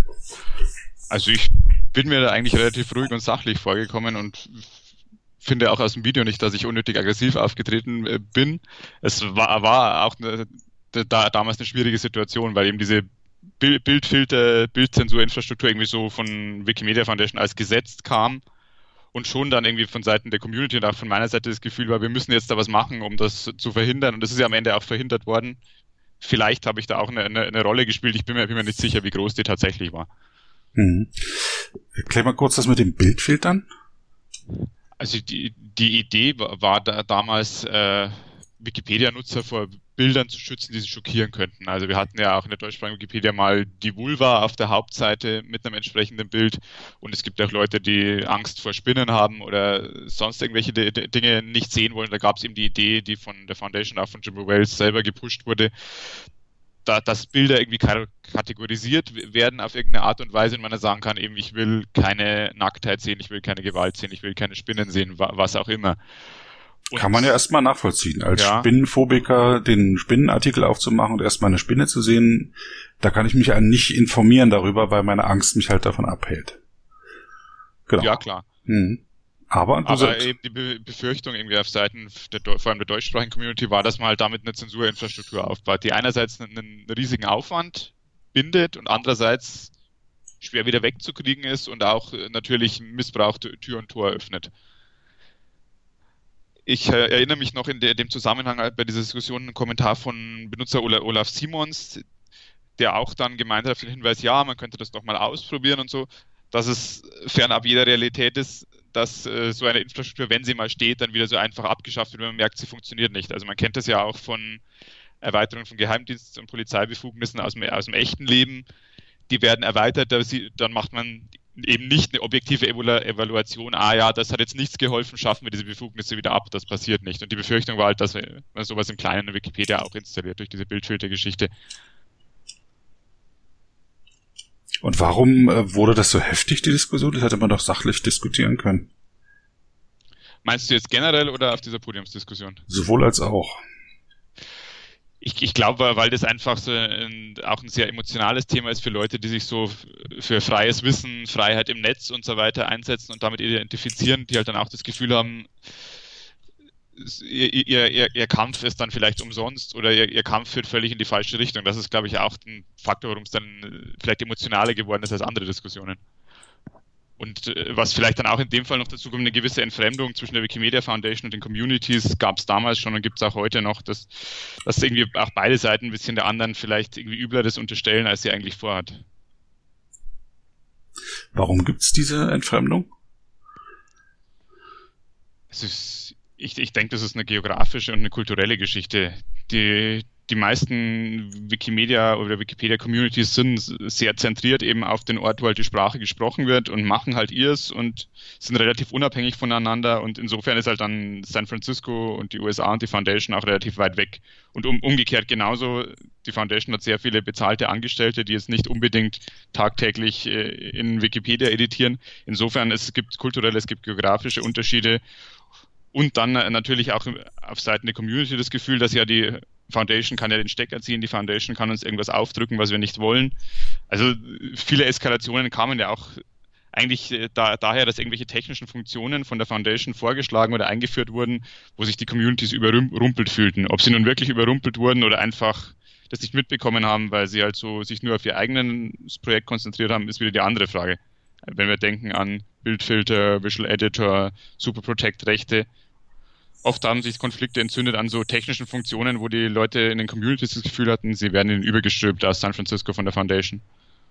Also ich bin mir da eigentlich relativ ruhig und sachlich vorgekommen und finde auch aus dem Video nicht, dass ich unnötig aggressiv aufgetreten äh, bin. Es war, war auch eine, da, damals eine schwierige Situation, weil eben diese Bild, Bildfilter, Bildzensurinfrastruktur irgendwie so von Wikimedia Foundation als gesetzt kam und schon dann irgendwie von Seiten der Community und auch von meiner Seite das Gefühl war, wir müssen jetzt da was machen, um das zu verhindern. Und das ist ja am Ende auch verhindert worden. Vielleicht habe ich da auch eine, eine, eine Rolle gespielt. Ich bin mir, bin mir nicht sicher, wie groß die tatsächlich war. Mhm. Erklär mal kurz das mit den Bildfiltern. Also die, die Idee war da damals, äh, Wikipedia-Nutzer vor Bildern zu schützen, die sie schockieren könnten. Also wir hatten ja auch in der deutschsprachigen Wikipedia mal die Vulva auf der Hauptseite mit einem entsprechenden Bild und es gibt auch Leute, die Angst vor Spinnen haben oder sonst irgendwelche D- D- Dinge nicht sehen wollen. Da gab es eben die Idee, die von der Foundation, auch von Jimbo Wales selber gepusht wurde, da, dass Bilder irgendwie kategorisiert werden auf irgendeine Art und Weise und man dann sagen kann, eben ich will keine Nacktheit sehen, ich will keine Gewalt sehen, ich will keine Spinnen sehen, was auch immer. Und kann man ja erstmal nachvollziehen. Als ja. Spinnenphobiker den Spinnenartikel aufzumachen und erstmal eine Spinne zu sehen, da kann ich mich halt nicht informieren darüber, weil meine Angst mich halt davon abhält. Genau. Ja, klar. Mhm. Aber, Aber sagst, eben die Be- Befürchtung irgendwie auf Seiten der, vor allem der deutschsprachigen Community war, dass man halt damit eine Zensurinfrastruktur aufbaut, die einerseits einen, einen riesigen Aufwand bindet und andererseits schwer wieder wegzukriegen ist und auch natürlich Missbrauch Tür und Tor öffnet. Ich äh, erinnere mich noch in der, dem Zusammenhang bei dieser Diskussion einen Kommentar von Benutzer Olaf, Olaf Simons, der auch dann gemeint hat auf den Hinweis, ja, man könnte das doch mal ausprobieren und so, dass es fernab jeder Realität ist, dass äh, so eine Infrastruktur, wenn sie mal steht, dann wieder so einfach abgeschafft wird, wenn man merkt, sie funktioniert nicht. Also man kennt das ja auch von Erweiterungen von Geheimdienst- und Polizeibefugnissen aus dem, aus dem echten Leben. Die werden erweitert, dann macht man eben nicht eine objektive Evaluation, ah ja, das hat jetzt nichts geholfen, schaffen wir diese Befugnisse wieder ab, das passiert nicht. Und die Befürchtung war halt, dass man sowas im Kleinen in Wikipedia auch installiert durch diese Bildfiltergeschichte. Und warum äh, wurde das so heftig, die Diskussion? Das hätte man doch sachlich diskutieren können. Meinst du jetzt generell oder auf dieser Podiumsdiskussion? Sowohl als auch. Ich, ich glaube, weil das einfach so ein, auch ein sehr emotionales Thema ist für Leute, die sich so für freies Wissen, Freiheit im Netz und so weiter einsetzen und damit identifizieren, die halt dann auch das Gefühl haben, ihr, ihr, ihr Kampf ist dann vielleicht umsonst oder ihr, ihr Kampf führt völlig in die falsche Richtung. Das ist, glaube ich, auch ein Faktor, warum es dann vielleicht emotionaler geworden ist als andere Diskussionen. Und äh, was vielleicht dann auch in dem Fall noch dazu kommt, eine gewisse Entfremdung zwischen der Wikimedia Foundation und den Communities gab es damals schon und gibt es auch heute noch, dass, dass irgendwie auch beide Seiten ein bisschen der anderen vielleicht irgendwie Übleres unterstellen, als sie eigentlich vorhat. Warum gibt es diese Entfremdung? Es ist, ich, ich denke, das ist eine geografische und eine kulturelle Geschichte. Die, die meisten Wikimedia oder Wikipedia-Communities sind sehr zentriert eben auf den Ort, wo halt die Sprache gesprochen wird und machen halt ihrs und sind relativ unabhängig voneinander und insofern ist halt dann San Francisco und die U S A und die Foundation auch relativ weit weg. Und um, umgekehrt genauso, die Foundation hat sehr viele bezahlte Angestellte, die jetzt nicht unbedingt tagtäglich äh, in Wikipedia editieren. Insofern, es gibt kulturelle, es gibt geografische Unterschiede. Und dann natürlich auch auf Seiten der Community das Gefühl, dass ja die Foundation kann ja den Stecker ziehen, die Foundation kann uns irgendwas aufdrücken, was wir nicht wollen. Also viele Eskalationen kamen ja auch eigentlich da, daher, dass irgendwelche technischen Funktionen von der Foundation vorgeschlagen oder eingeführt wurden, wo sich die Communities überrumpelt fühlten. Ob sie nun wirklich überrumpelt wurden oder einfach das nicht mitbekommen haben, weil sie halt so sich nur auf ihr eigenes Projekt konzentriert haben, ist wieder die andere Frage. Wenn wir denken an Bildfilter, Visual Editor, Super Protect Rechte. Oft haben sich Konflikte entzündet an so technischen Funktionen, wo die Leute in den Communities das Gefühl hatten, sie werden ihnen übergestülpt aus San Francisco von der Foundation.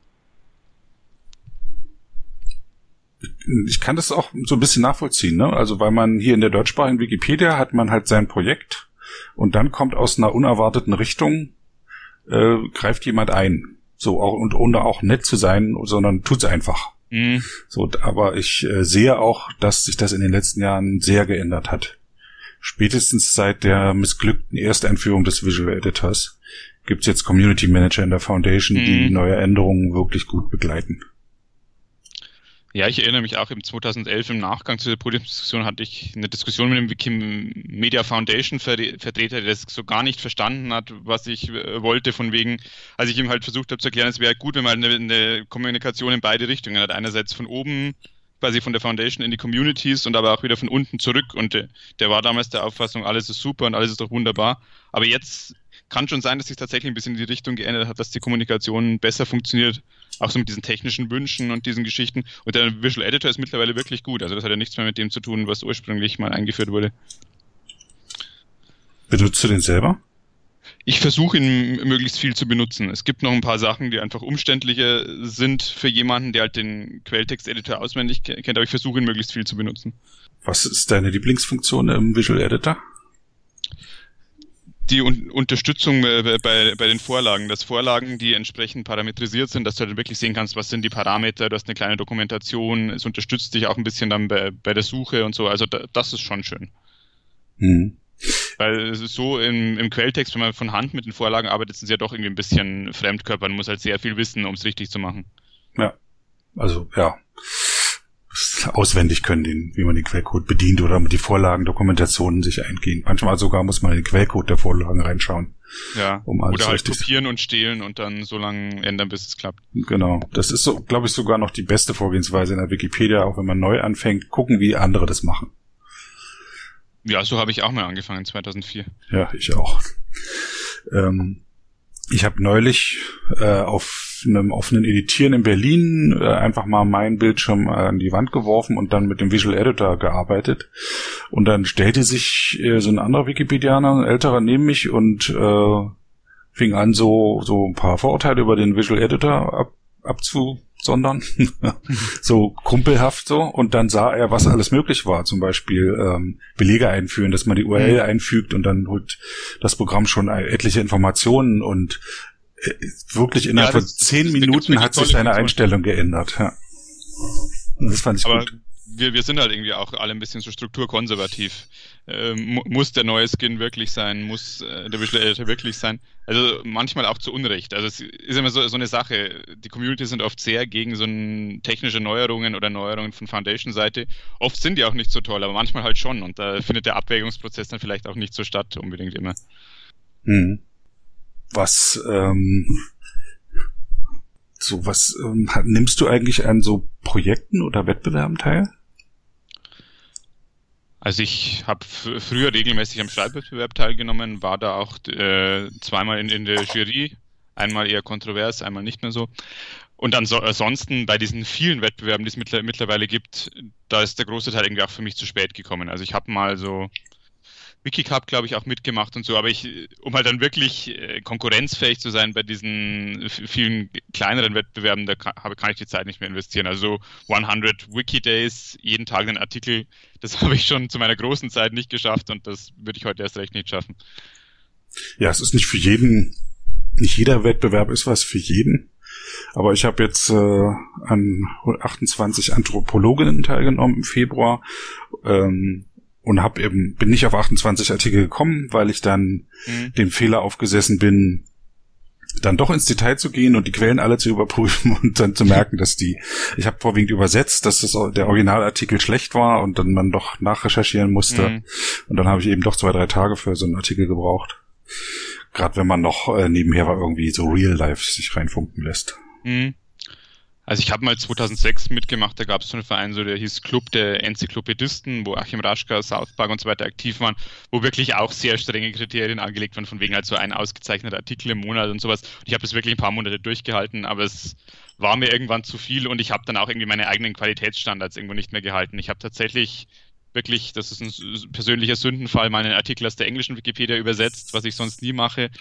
Ich kann das auch so ein bisschen nachvollziehen, ne? Also weil man hier in der deutschsprachigen Wikipedia hat man halt sein Projekt und dann kommt aus einer unerwarteten Richtung, äh, greift jemand ein. So, auch, und ohne auch nett zu sein, sondern tut's einfach. Mhm. So, aber ich äh, sehe auch, dass sich das in den letzten Jahren sehr geändert hat. Spätestens seit der missglückten Ersteinführung des Visual Editors gibt's jetzt Community Manager in der Foundation, mhm. die neue Änderungen wirklich gut begleiten. Ja, ich erinnere mich auch im zweitausendelf im Nachgang zu der Podiumsdiskussion hatte ich eine Diskussion mit dem Wikimedia Foundation Vertreter, der das so gar nicht verstanden hat, was ich wollte, von wegen, als ich ihm halt versucht habe zu erklären, es wäre gut, wenn man eine, eine Kommunikation in beide Richtungen hat. Einerseits von oben, quasi von der Foundation in die Communities und aber auch wieder von unten zurück. Und der, der war damals der Auffassung, alles ist super und alles ist doch wunderbar. Aber jetzt kann schon sein, dass sich tatsächlich ein bisschen in die Richtung geändert hat, dass die Kommunikation besser funktioniert, auch so mit diesen technischen Wünschen und diesen Geschichten. Und der Visual Editor ist mittlerweile wirklich gut. Also das hat ja nichts mehr mit dem zu tun, was ursprünglich mal eingeführt wurde. Benutzt du den selber? Ich versuche ihn möglichst viel zu benutzen. Es gibt noch ein paar Sachen, die einfach umständlicher sind für jemanden, der halt den Quelltext-Editor auswendig kennt, aber ich versuche ihn möglichst viel zu benutzen. Was ist deine Lieblingsfunktion im Visual Editor? Die Un- Unterstützung bei, bei, bei den Vorlagen, dass Vorlagen, die entsprechend parametrisiert sind, dass du halt wirklich sehen kannst, was sind die Parameter, du hast eine kleine Dokumentation, es unterstützt dich auch ein bisschen dann bei, bei der Suche und so, also da, das ist schon schön. Mhm. Weil es ist so im, im Quelltext, wenn man von Hand mit den Vorlagen arbeitet, sind sie ja doch irgendwie ein bisschen Fremdkörper, man muss halt sehr viel wissen, um es richtig zu machen. Ja, also ja, auswendig können, den, wie man den Quellcode bedient oder mit die Vorlagen-Dokumentationen sich eingehen. Manchmal sogar muss man in den Quellcode der Vorlagen reinschauen. Ja, um alles oder halt kopieren und stehlen und dann so lange ändern, bis es klappt. Genau, das ist so, glaube ich, sogar noch die beste Vorgehensweise in der Wikipedia, auch wenn man neu anfängt, gucken, wie andere das machen. Ja, so habe ich auch mal angefangen, zweitausendvier. Ja, ich auch. Ähm, ich habe neulich äh, auf einem offenen Editieren in Berlin äh, einfach mal meinen Bildschirm äh, an die Wand geworfen und dann mit dem Visual Editor gearbeitet. Und dann stellte sich äh, so ein anderer Wikipedianer, ein älterer, neben mich und äh, fing an, so so ein paar Vorurteile über den Visual Editor ab, abzusondern. So kumpelhaft so. Und dann sah er, was alles möglich war. Zum Beispiel ähm, Belege einführen, dass man die U R L mhm. einfügt und dann holt das Programm schon etliche Informationen und äh, wirklich innerhalb ja, das, von zehn das, das, Minuten hat sich seine Einstellung geändert. Ja. Und das fand ich Aber gut. Wir, wir sind halt irgendwie auch alle ein bisschen so strukturkonservativ. Ähm, muss der neue Skin wirklich sein? Muss äh, der Visual Editor wirklich sein? Also manchmal auch zu Unrecht. Also es ist immer so, so eine Sache. Die Community sind oft sehr gegen so ein, technische Neuerungen oder Neuerungen von Foundation-Seite. Oft sind die auch nicht so toll, aber manchmal halt schon. Und da findet der Abwägungsprozess dann vielleicht auch nicht so statt, unbedingt immer. Hm. Was, ähm, so was ähm, nimmst du eigentlich an so Projekten oder Wettbewerben teil? Also ich habe f- früher regelmäßig am Schreibwettbewerb teilgenommen, war da auch äh, zweimal in, in der Jury, einmal eher kontrovers, einmal nicht mehr so. Und anso- ansonsten bei diesen vielen Wettbewerben, die es mittler- mittlerweile gibt, da ist der große Teil irgendwie auch für mich zu spät gekommen. Also ich habe mal so Wikicup, glaube ich, auch mitgemacht und so, aber ich, um halt dann wirklich äh, konkurrenzfähig zu sein bei diesen f- vielen kleineren Wettbewerben, da kann, habe, kann ich die Zeit nicht mehr investieren. Also hundert Wiki-Days, jeden Tag einen Artikel, das habe ich schon zu meiner großen Zeit nicht geschafft und das würde ich heute erst recht nicht schaffen. Ja, es ist nicht für jeden, nicht jeder Wettbewerb ist was für jeden. Aber ich habe jetzt äh, an achtundzwanzig Anthropologinnen teilgenommen im Februar ähm, und hab eben bin nicht auf achtundzwanzig Artikel gekommen, weil ich dann mhm. den Fehler aufgesessen bin, dann doch ins Detail zu gehen und die Quellen alle zu überprüfen und dann zu merken, dass die, ich habe vorwiegend übersetzt, dass das der Originalartikel schlecht war und dann man doch nachrecherchieren musste. Mhm. Und dann habe ich eben doch zwei, drei Tage für so einen Artikel gebraucht. Gerade wenn man noch äh, nebenher war irgendwie so Real Life sich reinfunken lässt. Mhm. Also ich habe mal zweitausendsechs mitgemacht, da gab es so einen Verein, so der hieß Club der Enzyklopädisten, wo Achim Raschka, South Park und so weiter aktiv waren, wo wirklich auch sehr strenge Kriterien angelegt waren, von wegen halt so ein ausgezeichneter Artikel im Monat und sowas. Und ich habe das wirklich ein paar Monate durchgehalten, aber es war mir irgendwann zu viel und ich habe dann auch irgendwie meine eigenen Qualitätsstandards irgendwo nicht mehr gehalten. Ich habe tatsächlich wirklich, das ist ein persönlicher Sündenfall, meinen Artikel aus der englischen Wikipedia übersetzt, was ich sonst nie mache.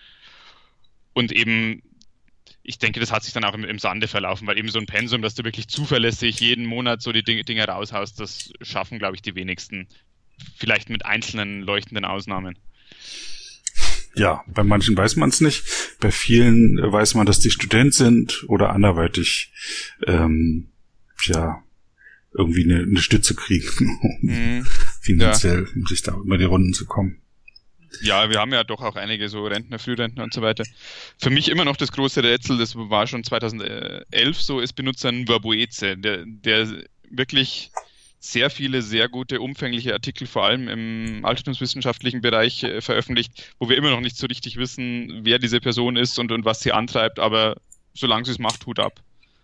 Und eben ich denke, das hat sich dann auch im, im Sande verlaufen, weil eben so ein Pensum, dass du wirklich zuverlässig jeden Monat so die Dinge, Dinge raushaust, das schaffen, glaube ich, die wenigsten. Vielleicht mit einzelnen leuchtenden Ausnahmen. Ja, bei manchen weiß man es nicht. Bei vielen weiß man, dass die Student sind oder anderweitig ähm, ja irgendwie eine, eine Stütze kriegen, um mhm. finanziell, ja. um sich da über die Runden zu kommen. Ja, wir haben ja doch auch einige so Rentner, Frührentner und so weiter. Für mich immer noch das große Rätsel, das war schon zweitausendelf so, ist Benutzern Verboeze, der, der wirklich sehr viele, sehr gute, umfängliche Artikel, vor allem im altertumswissenschaftlichen Bereich äh, veröffentlicht, wo wir immer noch nicht so richtig wissen, wer diese Person ist und, und was sie antreibt, aber solange sie es macht, Hut ab.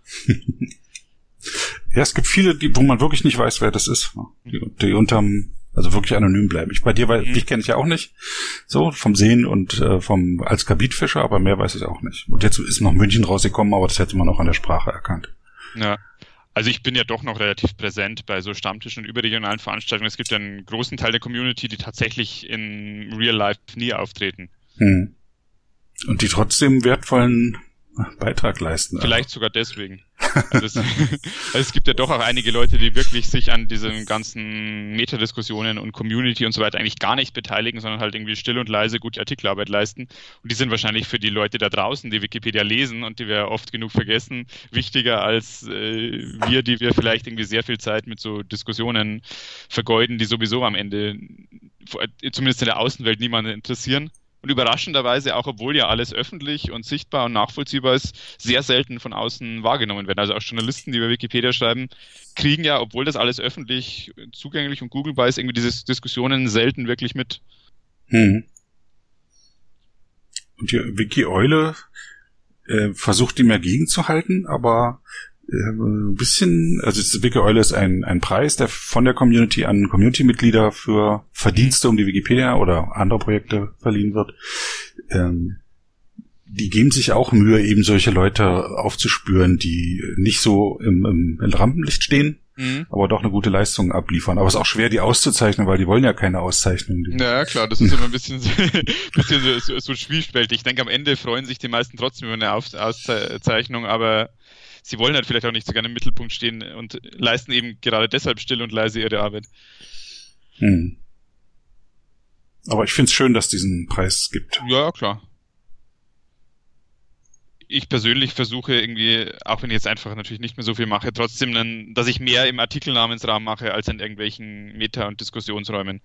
Ja, es gibt viele, die, wo man wirklich nicht weiß, wer das ist, die, die unterm Also wirklich anonym bleiben. Ich bei dir, weil mhm. dich kenne ich ja auch nicht. So, vom Sehen und äh, vom als Kabitfischer, aber mehr weiß ich auch nicht. Und jetzt ist noch München rausgekommen, aber das hätte man auch an der Sprache erkannt. Ja. Also ich bin ja doch noch relativ präsent bei so Stammtischen und überregionalen Veranstaltungen. Es gibt ja einen großen Teil der Community, die tatsächlich in Real Life nie auftreten. Mhm. Und die trotzdem wertvollen Beitrag leisten. Vielleicht also. sogar deswegen. Also es, also es gibt ja doch auch einige Leute, die wirklich sich an diesen ganzen Metadiskussionen und Community und so weiter eigentlich gar nicht beteiligen, sondern halt irgendwie still und leise gute Artikelarbeit leisten. Und die sind wahrscheinlich für die Leute da draußen, die Wikipedia lesen und die wir oft genug vergessen, wichtiger als äh, wir, die wir vielleicht irgendwie sehr viel Zeit mit so Diskussionen vergeuden, die sowieso am Ende, zumindest in der Außenwelt, niemanden interessieren. Und überraschenderweise, auch obwohl ja alles öffentlich und sichtbar und nachvollziehbar ist, sehr selten von außen wahrgenommen werden. Also auch Journalisten, die über Wikipedia schreiben, kriegen ja, obwohl das alles öffentlich zugänglich und googelbar ist, irgendwie diese Diskussionen selten wirklich mit. Hm. Und die Wiki-Eule äh, versucht dem ja gegenzuhalten, aber ein bisschen, also die Wiki-Eule ist ein, ein Preis, der von der Community an Community-Mitglieder für Verdienste um die Wikipedia oder andere Projekte verliehen wird. Ähm, die geben sich auch Mühe, eben solche Leute aufzuspüren, die nicht so im, im, im Rampenlicht stehen, mhm. aber doch eine gute Leistung abliefern. Aber es ist auch schwer, die auszuzeichnen, weil die wollen ja keine Auszeichnung. Ja, klar, das ist immer ein bisschen, bisschen so, so, so zwiespältig. Ich denke, am Ende freuen sich die meisten trotzdem über eine Auszeichnung, aber sie wollen halt vielleicht auch nicht so gerne im Mittelpunkt stehen und leisten eben gerade deshalb still und leise ihre Arbeit. Hm. Aber ich finde es schön, dass es diesen Preis gibt. Ja, klar. Ich persönlich versuche irgendwie, auch wenn ich jetzt einfach natürlich nicht mehr so viel mache, trotzdem, einen, dass ich mehr im Artikelnamensrahmen mache, als in irgendwelchen Meta- und Diskussionsräumen.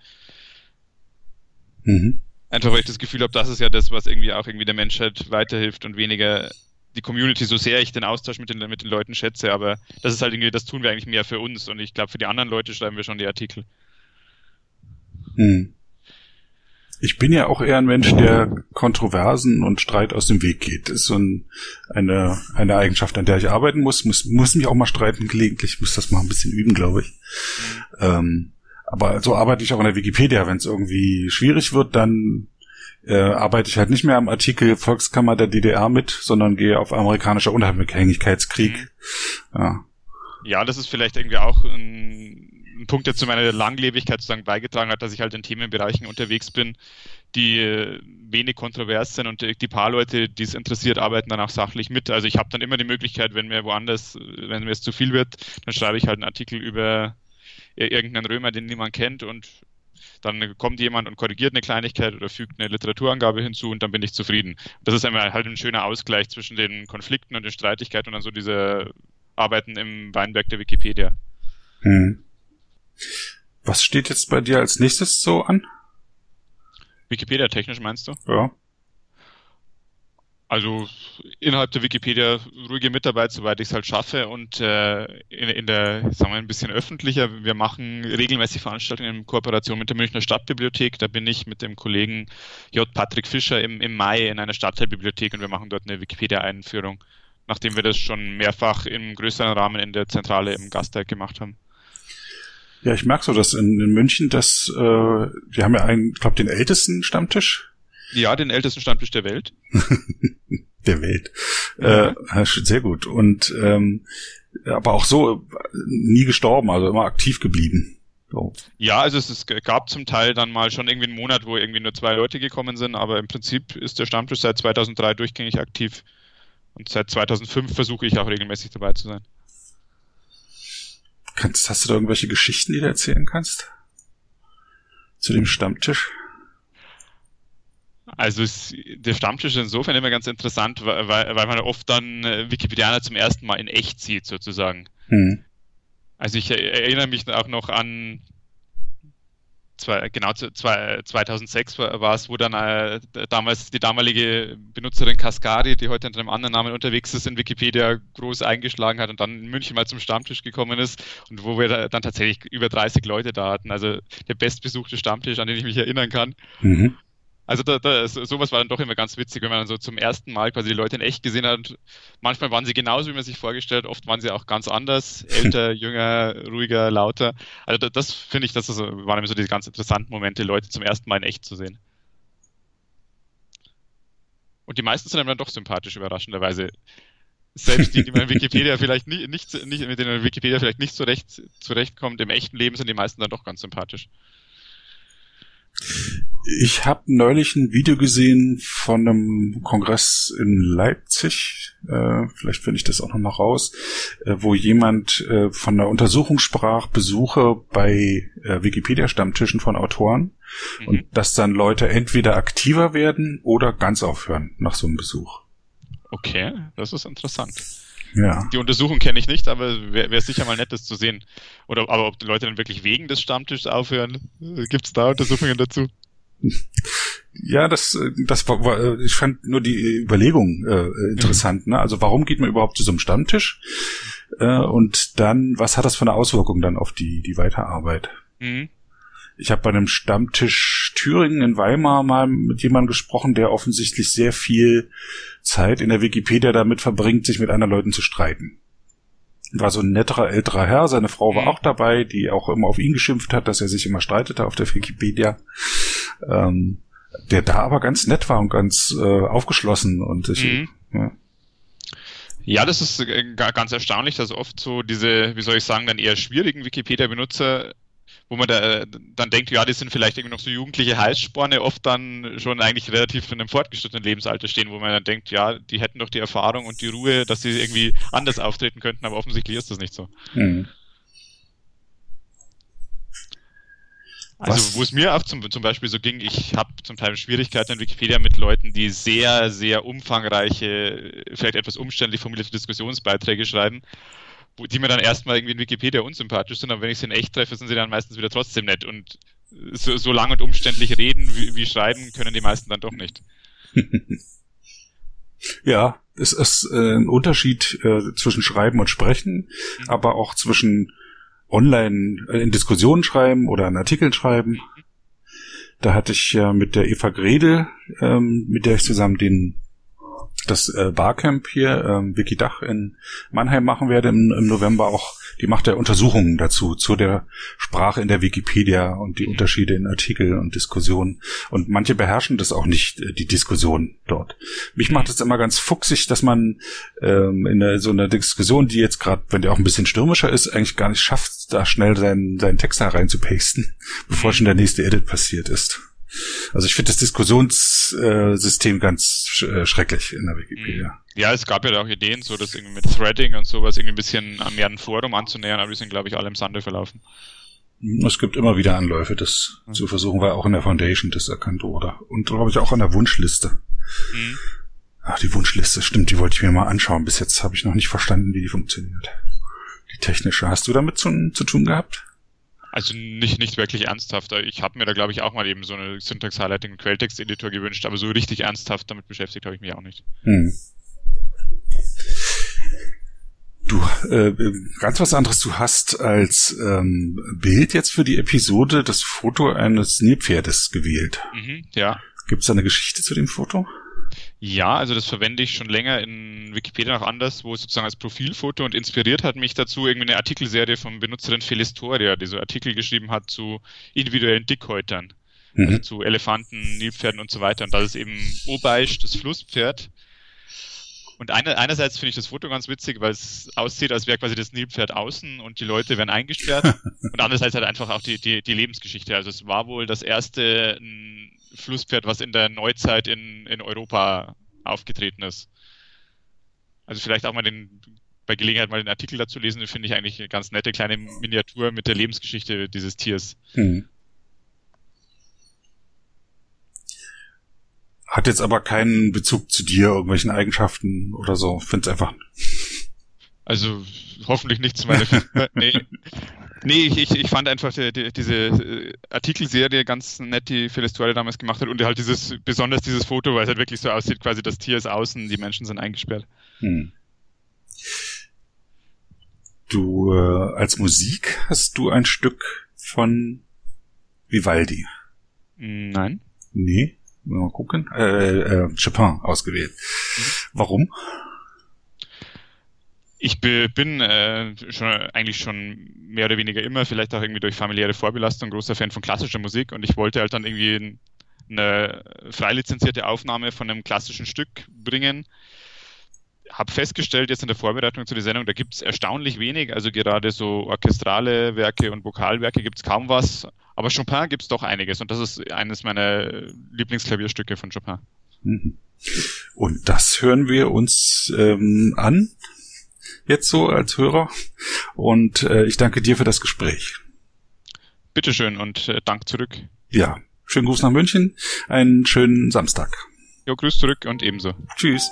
Mhm. Einfach, weil ich das Gefühl habe, das ist ja das, was irgendwie auch irgendwie der Menschheit weiterhilft und weniger die Community, so sehr ich den Austausch mit den, mit den Leuten schätze, aber das ist halt irgendwie, das tun wir eigentlich mehr für uns und ich glaube, für die anderen Leute schreiben wir schon die Artikel. Hm. Ich bin ja auch eher ein Mensch, der Kontroversen und Streit aus dem Weg geht. Das ist so ein, eine, eine Eigenschaft, an der ich arbeiten muss. Muss, muss mich auch mal streiten gelegentlich. Ich muss das mal ein bisschen üben, glaube ich. Mhm. Ähm, aber so arbeite ich auch in der Wikipedia. Wenn es irgendwie schwierig wird, dann äh, arbeite ich halt nicht mehr am Artikel Volkskammer der D D R mit, sondern gehe auf amerikanischer Unabhängigkeitskrieg. Mhm. Ja. Ja, das ist vielleicht irgendwie auch ein ein Punkt, der zu meiner Langlebigkeit sozusagen beigetragen hat, dass ich halt in Themenbereichen unterwegs bin, die wenig kontrovers sind, und die paar Leute, die es interessiert, arbeiten dann auch sachlich mit. Also ich habe dann immer die Möglichkeit, wenn mir woanders, wenn mir es zu viel wird, dann schreibe ich halt einen Artikel über irgendeinen Römer, den niemand kennt, und dann kommt jemand und korrigiert eine Kleinigkeit oder fügt eine Literaturangabe hinzu, und dann bin ich zufrieden. Das ist einmal halt ein schöner Ausgleich zwischen den Konflikten und den Streitigkeiten und dann so diese Arbeiten im Weinberg der Wikipedia. Hm. Was steht jetzt bei dir als nächstes so an? Wikipedia-technisch meinst du? Ja. Also innerhalb der Wikipedia ruhige Mitarbeit, soweit ich es halt schaffe, und äh, in, in der, sagen wir, ein bisschen öffentlicher. Wir machen regelmäßig Veranstaltungen in Kooperation mit der Münchner Stadtbibliothek. Da bin ich mit dem Kollegen J. Patrick Fischer im, im Mai in einer Stadtteilbibliothek, und wir machen dort eine Wikipedia-Einführung, nachdem wir das schon mehrfach im größeren Rahmen in der Zentrale im Gasteig gemacht haben. Ja, ich merke so, dass in, in München, dass äh, wir haben ja einen, ich glaube, den ältesten Stammtisch. Ja, den ältesten Stammtisch der Welt. der Welt. Ja. Äh, sehr gut. Und ähm, aber auch so nie gestorben, also immer aktiv geblieben. So. Ja, also es, es gab zum Teil dann mal schon irgendwie einen Monat, wo irgendwie nur zwei Leute gekommen sind, aber im Prinzip ist der Stammtisch seit zweitausenddrei durchgängig aktiv. Und seit zweitausendfünf versuche ich auch regelmäßig dabei zu sein. Kannst, hast du da irgendwelche Geschichten, die du erzählen kannst? Zu dem Stammtisch? Also es, der Stammtisch ist insofern immer ganz interessant, weil, weil man oft dann Wikipedianer zum ersten Mal in echt sieht, sozusagen. Hm. Also ich erinnere mich auch noch an Zwei, genau zwei, zweitausendsechs war, war es, wo dann äh, damals die damalige Benutzerin Kaskari, die heute unter einem anderen Namen unterwegs ist, in Wikipedia groß eingeschlagen hat und dann in München mal zum Stammtisch gekommen ist, und wo wir da dann tatsächlich über dreißig Leute da hatten. Also der bestbesuchte Stammtisch, an den ich mich erinnern kann. Mhm. Also da, da, sowas war dann doch immer ganz witzig, wenn man dann so zum ersten Mal quasi die Leute in echt gesehen hat. Manchmal waren sie genauso, wie man sich vorgestellt, oft waren sie auch ganz anders, älter, jünger, ruhiger, lauter. Also das, das finde ich, das ist, waren immer so die ganz interessanten Momente, Leute zum ersten Mal in echt zu sehen. Und die meisten sind dann doch sympathisch, überraschenderweise. Selbst die, die man in Wikipedia vielleicht nicht, nicht, nicht mit denen Wikipedia vielleicht nicht so recht zurechtkommt, im echten Leben sind die meisten dann doch ganz sympathisch. Ich habe neulich ein Video gesehen von einem Kongress in Leipzig, äh, vielleicht finde ich das auch noch mal raus, äh, wo jemand äh, von einer Untersuchung sprach, Besuche bei äh, Wikipedia-Stammtischen von Autoren, mhm. und dass dann Leute entweder aktiver werden oder ganz aufhören nach so einem Besuch. Okay, das ist interessant. Ja. Die Untersuchung kenne ich nicht, aber wäre wär sicher mal nett, das zu sehen. Oder aber ob die Leute dann wirklich wegen des Stammtischs aufhören, gibt es da Untersuchungen dazu? Ja, das, das war, war, ich fand nur die Überlegung äh, interessant. Mhm. Ne? Also warum geht man überhaupt zu so einem Stammtisch? Äh, und dann, was hat das für eine Auswirkung dann auf die die Weiterarbeit? Mhm. Ich habe bei einem Stammtisch Thüringen in Weimar mal mit jemandem gesprochen, der offensichtlich sehr viel Zeit in der Wikipedia damit verbringt, sich mit anderen Leuten zu streiten. War so ein netterer älterer Herr, seine Frau war auch dabei, die auch immer auf ihn geschimpft hat, dass er sich immer streitete auf der Wikipedia. Ähm, der da aber ganz nett war und ganz äh, aufgeschlossen. Und ich, mhm. ja. Ja, das ist ganz erstaunlich, dass oft so diese, wie soll ich sagen, dann eher schwierigen Wikipedia-Benutzer, wo man da dann denkt, ja, die sind vielleicht irgendwie noch so jugendliche Heißsporne, oft dann schon eigentlich relativ in einem fortgeschrittenen Lebensalter stehen, wo man dann denkt, ja, die hätten doch die Erfahrung und die Ruhe, dass sie irgendwie anders auftreten könnten, aber offensichtlich ist das nicht so. Mhm. Also wo es mir auch zum, zum Beispiel so ging, ich habe zum Teil Schwierigkeiten in Wikipedia mit Leuten, die sehr, sehr umfangreiche, vielleicht etwas umständlich formulierte Diskussionsbeiträge schreiben, wo, die mir dann erstmal irgendwie in Wikipedia unsympathisch sind, aber wenn ich sie in echt treffe, sind sie dann meistens wieder trotzdem nett. Und so, so lang und umständlich reden wie, wie schreiben können die meisten dann doch nicht. Ja, es ist äh, ein Unterschied äh, zwischen Schreiben und Sprechen, mhm. aber auch zwischen online äh, in Diskussionen schreiben oder in Artikeln schreiben. Mhm. Da hatte ich ja mit der Eva Grede, ähm, mit der ich zusammen den das äh, Barcamp hier, ähm, Wikidach in Mannheim machen werde im, im November auch, die macht ja Untersuchungen dazu, zu der Sprache in der Wikipedia und die Unterschiede in Artikel und Diskussionen. Und manche beherrschen das auch nicht, äh, die Diskussion dort. Mich macht es immer ganz fuchsig, dass man ähm, in der, so einer Diskussion, die jetzt gerade, wenn die auch ein bisschen stürmischer ist, eigentlich gar nicht schafft, da schnell seinen, seinen Text da rein zu pasten, bevor schon der nächste Edit passiert ist. Also ich finde das Diskussionssystem ganz sch- äh, schrecklich in der Wikipedia. Ja, es gab ja auch Ideen, so das irgendwie mit Threading und sowas irgendwie ein bisschen mehr ein Forum anzunähern, aber die sind, glaube ich, alle im Sande verlaufen. Es gibt immer wieder Anläufe, das mhm. zu versuchen, weil auch in der Foundation das erkannt wurde. Und glaube ich auch an der Wunschliste. Mhm. Ach, die Wunschliste, stimmt, die wollte ich mir mal anschauen. Bis jetzt habe ich noch nicht verstanden, wie die funktioniert. Die technische. Hast du damit zu, zu tun gehabt? Also nicht nicht wirklich ernsthaft. Ich habe mir da, glaube ich, auch mal eben so eine Syntax-Highlighting- und Quelltext-Editor gewünscht, aber so richtig ernsthaft damit beschäftigt habe ich mich auch nicht. Hm. Du, äh, ganz was anderes. Du hast als ähm, Bild jetzt für die Episode das Foto eines Nilpferdes gewählt. Mhm, ja. Gibt es da eine Geschichte zu dem Foto? Ja, also das verwende ich schon länger in Wikipedia noch anders, wo es sozusagen als Profilfoto, und inspiriert hat mich dazu irgendwie eine Artikelserie von Benutzerin Philistoria, die so Artikel geschrieben hat zu individuellen Dickhäutern, mhm. also zu Elefanten, Nilpferden und so weiter. Und das ist eben Obeisch, das Flusspferd. Und eine, einerseits finde ich das Foto ganz witzig, weil es aussieht, als wäre quasi das Nilpferd außen und die Leute werden eingesperrt. Und andererseits halt einfach auch die, die, die Lebensgeschichte. Also es war wohl das erste ein Flusspferd, was in der Neuzeit in, in Europa aufgetreten ist. Also vielleicht auch mal den, bei Gelegenheit mal den Artikel dazu lesen, den finde ich eigentlich eine ganz nette kleine Miniatur mit der Lebensgeschichte dieses Tiers. Hm. Hat jetzt aber keinen Bezug zu dir, irgendwelchen Eigenschaften oder so. Find's einfach. Also hoffentlich nicht zu meiner Figur. Nee, nee ich, ich, ich fand einfach die, die, diese Artikelserie ganz nett, die Philistoria damals gemacht hat, und halt dieses, besonders dieses Foto, weil es halt wirklich so aussieht, quasi das Tier ist außen, die Menschen sind eingesperrt. Hm. Du, äh, als Musik hast du ein Stück von Vivaldi? Nein. Nee? Mal gucken. Äh, äh, Chopin ausgewählt. Mhm. Warum? Ich be, bin äh, schon eigentlich schon mehr oder weniger immer, vielleicht auch irgendwie durch familiäre Vorbelastung, großer Fan von klassischer Musik, und ich wollte halt dann irgendwie eine frei lizenzierte Aufnahme von einem klassischen Stück bringen. Habe festgestellt jetzt in der Vorbereitung zu der Sendung, da gibt es erstaunlich wenig, also gerade so orchestrale Werke und Vokalwerke gibt es kaum was, aber Chopin gibt es doch einiges, und das ist eines meiner Lieblingsklavierstücke von Chopin. Und das hören wir uns ähm, an, jetzt so als Hörer, und äh, ich danke dir für das Gespräch. Bitteschön und äh, Dank zurück. Ja, schönen Gruß nach München, einen schönen Samstag. Jo, Grüß zurück und ebenso. Tschüss.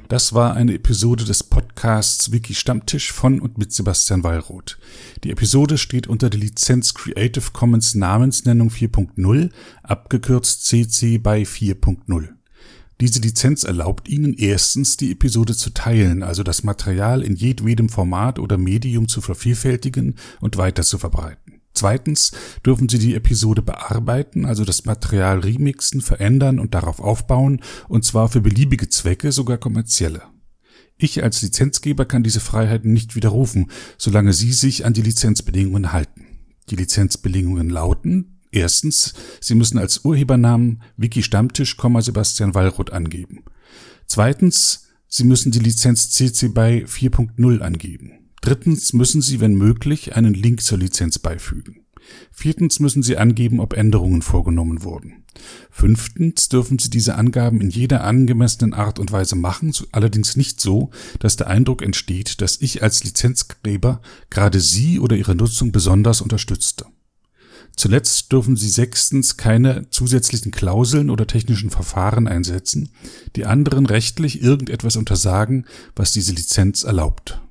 Das war eine Episode des Podcasts Wiki Stammtisch von und mit Sebastian Wallroth. Die Episode steht unter der Lizenz Creative Commons Namensnennung vier Punkt null, abgekürzt C C BY vier Punkt null. Diese Lizenz erlaubt Ihnen erstens, die Episode zu teilen, also das Material in jedwedem Format oder Medium zu vervielfältigen und weiter zu verbreiten. Zweitens dürfen Sie die Episode bearbeiten, also das Material remixen, verändern und darauf aufbauen, und zwar für beliebige Zwecke, sogar kommerzielle. Ich als Lizenzgeber kann diese Freiheiten nicht widerrufen, solange Sie sich an die Lizenzbedingungen halten. Die Lizenzbedingungen lauten: Erstens, Sie müssen als Urhebernamen Wiki Stammtisch, Sebastian Wallroth angeben. Zweitens, Sie müssen die Lizenz C C BY vier Punkt null angeben. Drittens müssen Sie, wenn möglich, einen Link zur Lizenz beifügen. Viertens müssen Sie angeben, ob Änderungen vorgenommen wurden. Fünftens dürfen Sie diese Angaben in jeder angemessenen Art und Weise machen, allerdings nicht so, dass der Eindruck entsteht, dass ich als Lizenzgeber gerade Sie oder Ihre Nutzung besonders unterstützte. Zuletzt dürfen Sie sechstens keine zusätzlichen Klauseln oder technischen Verfahren einsetzen, die anderen rechtlich irgendetwas untersagen, was diese Lizenz erlaubt.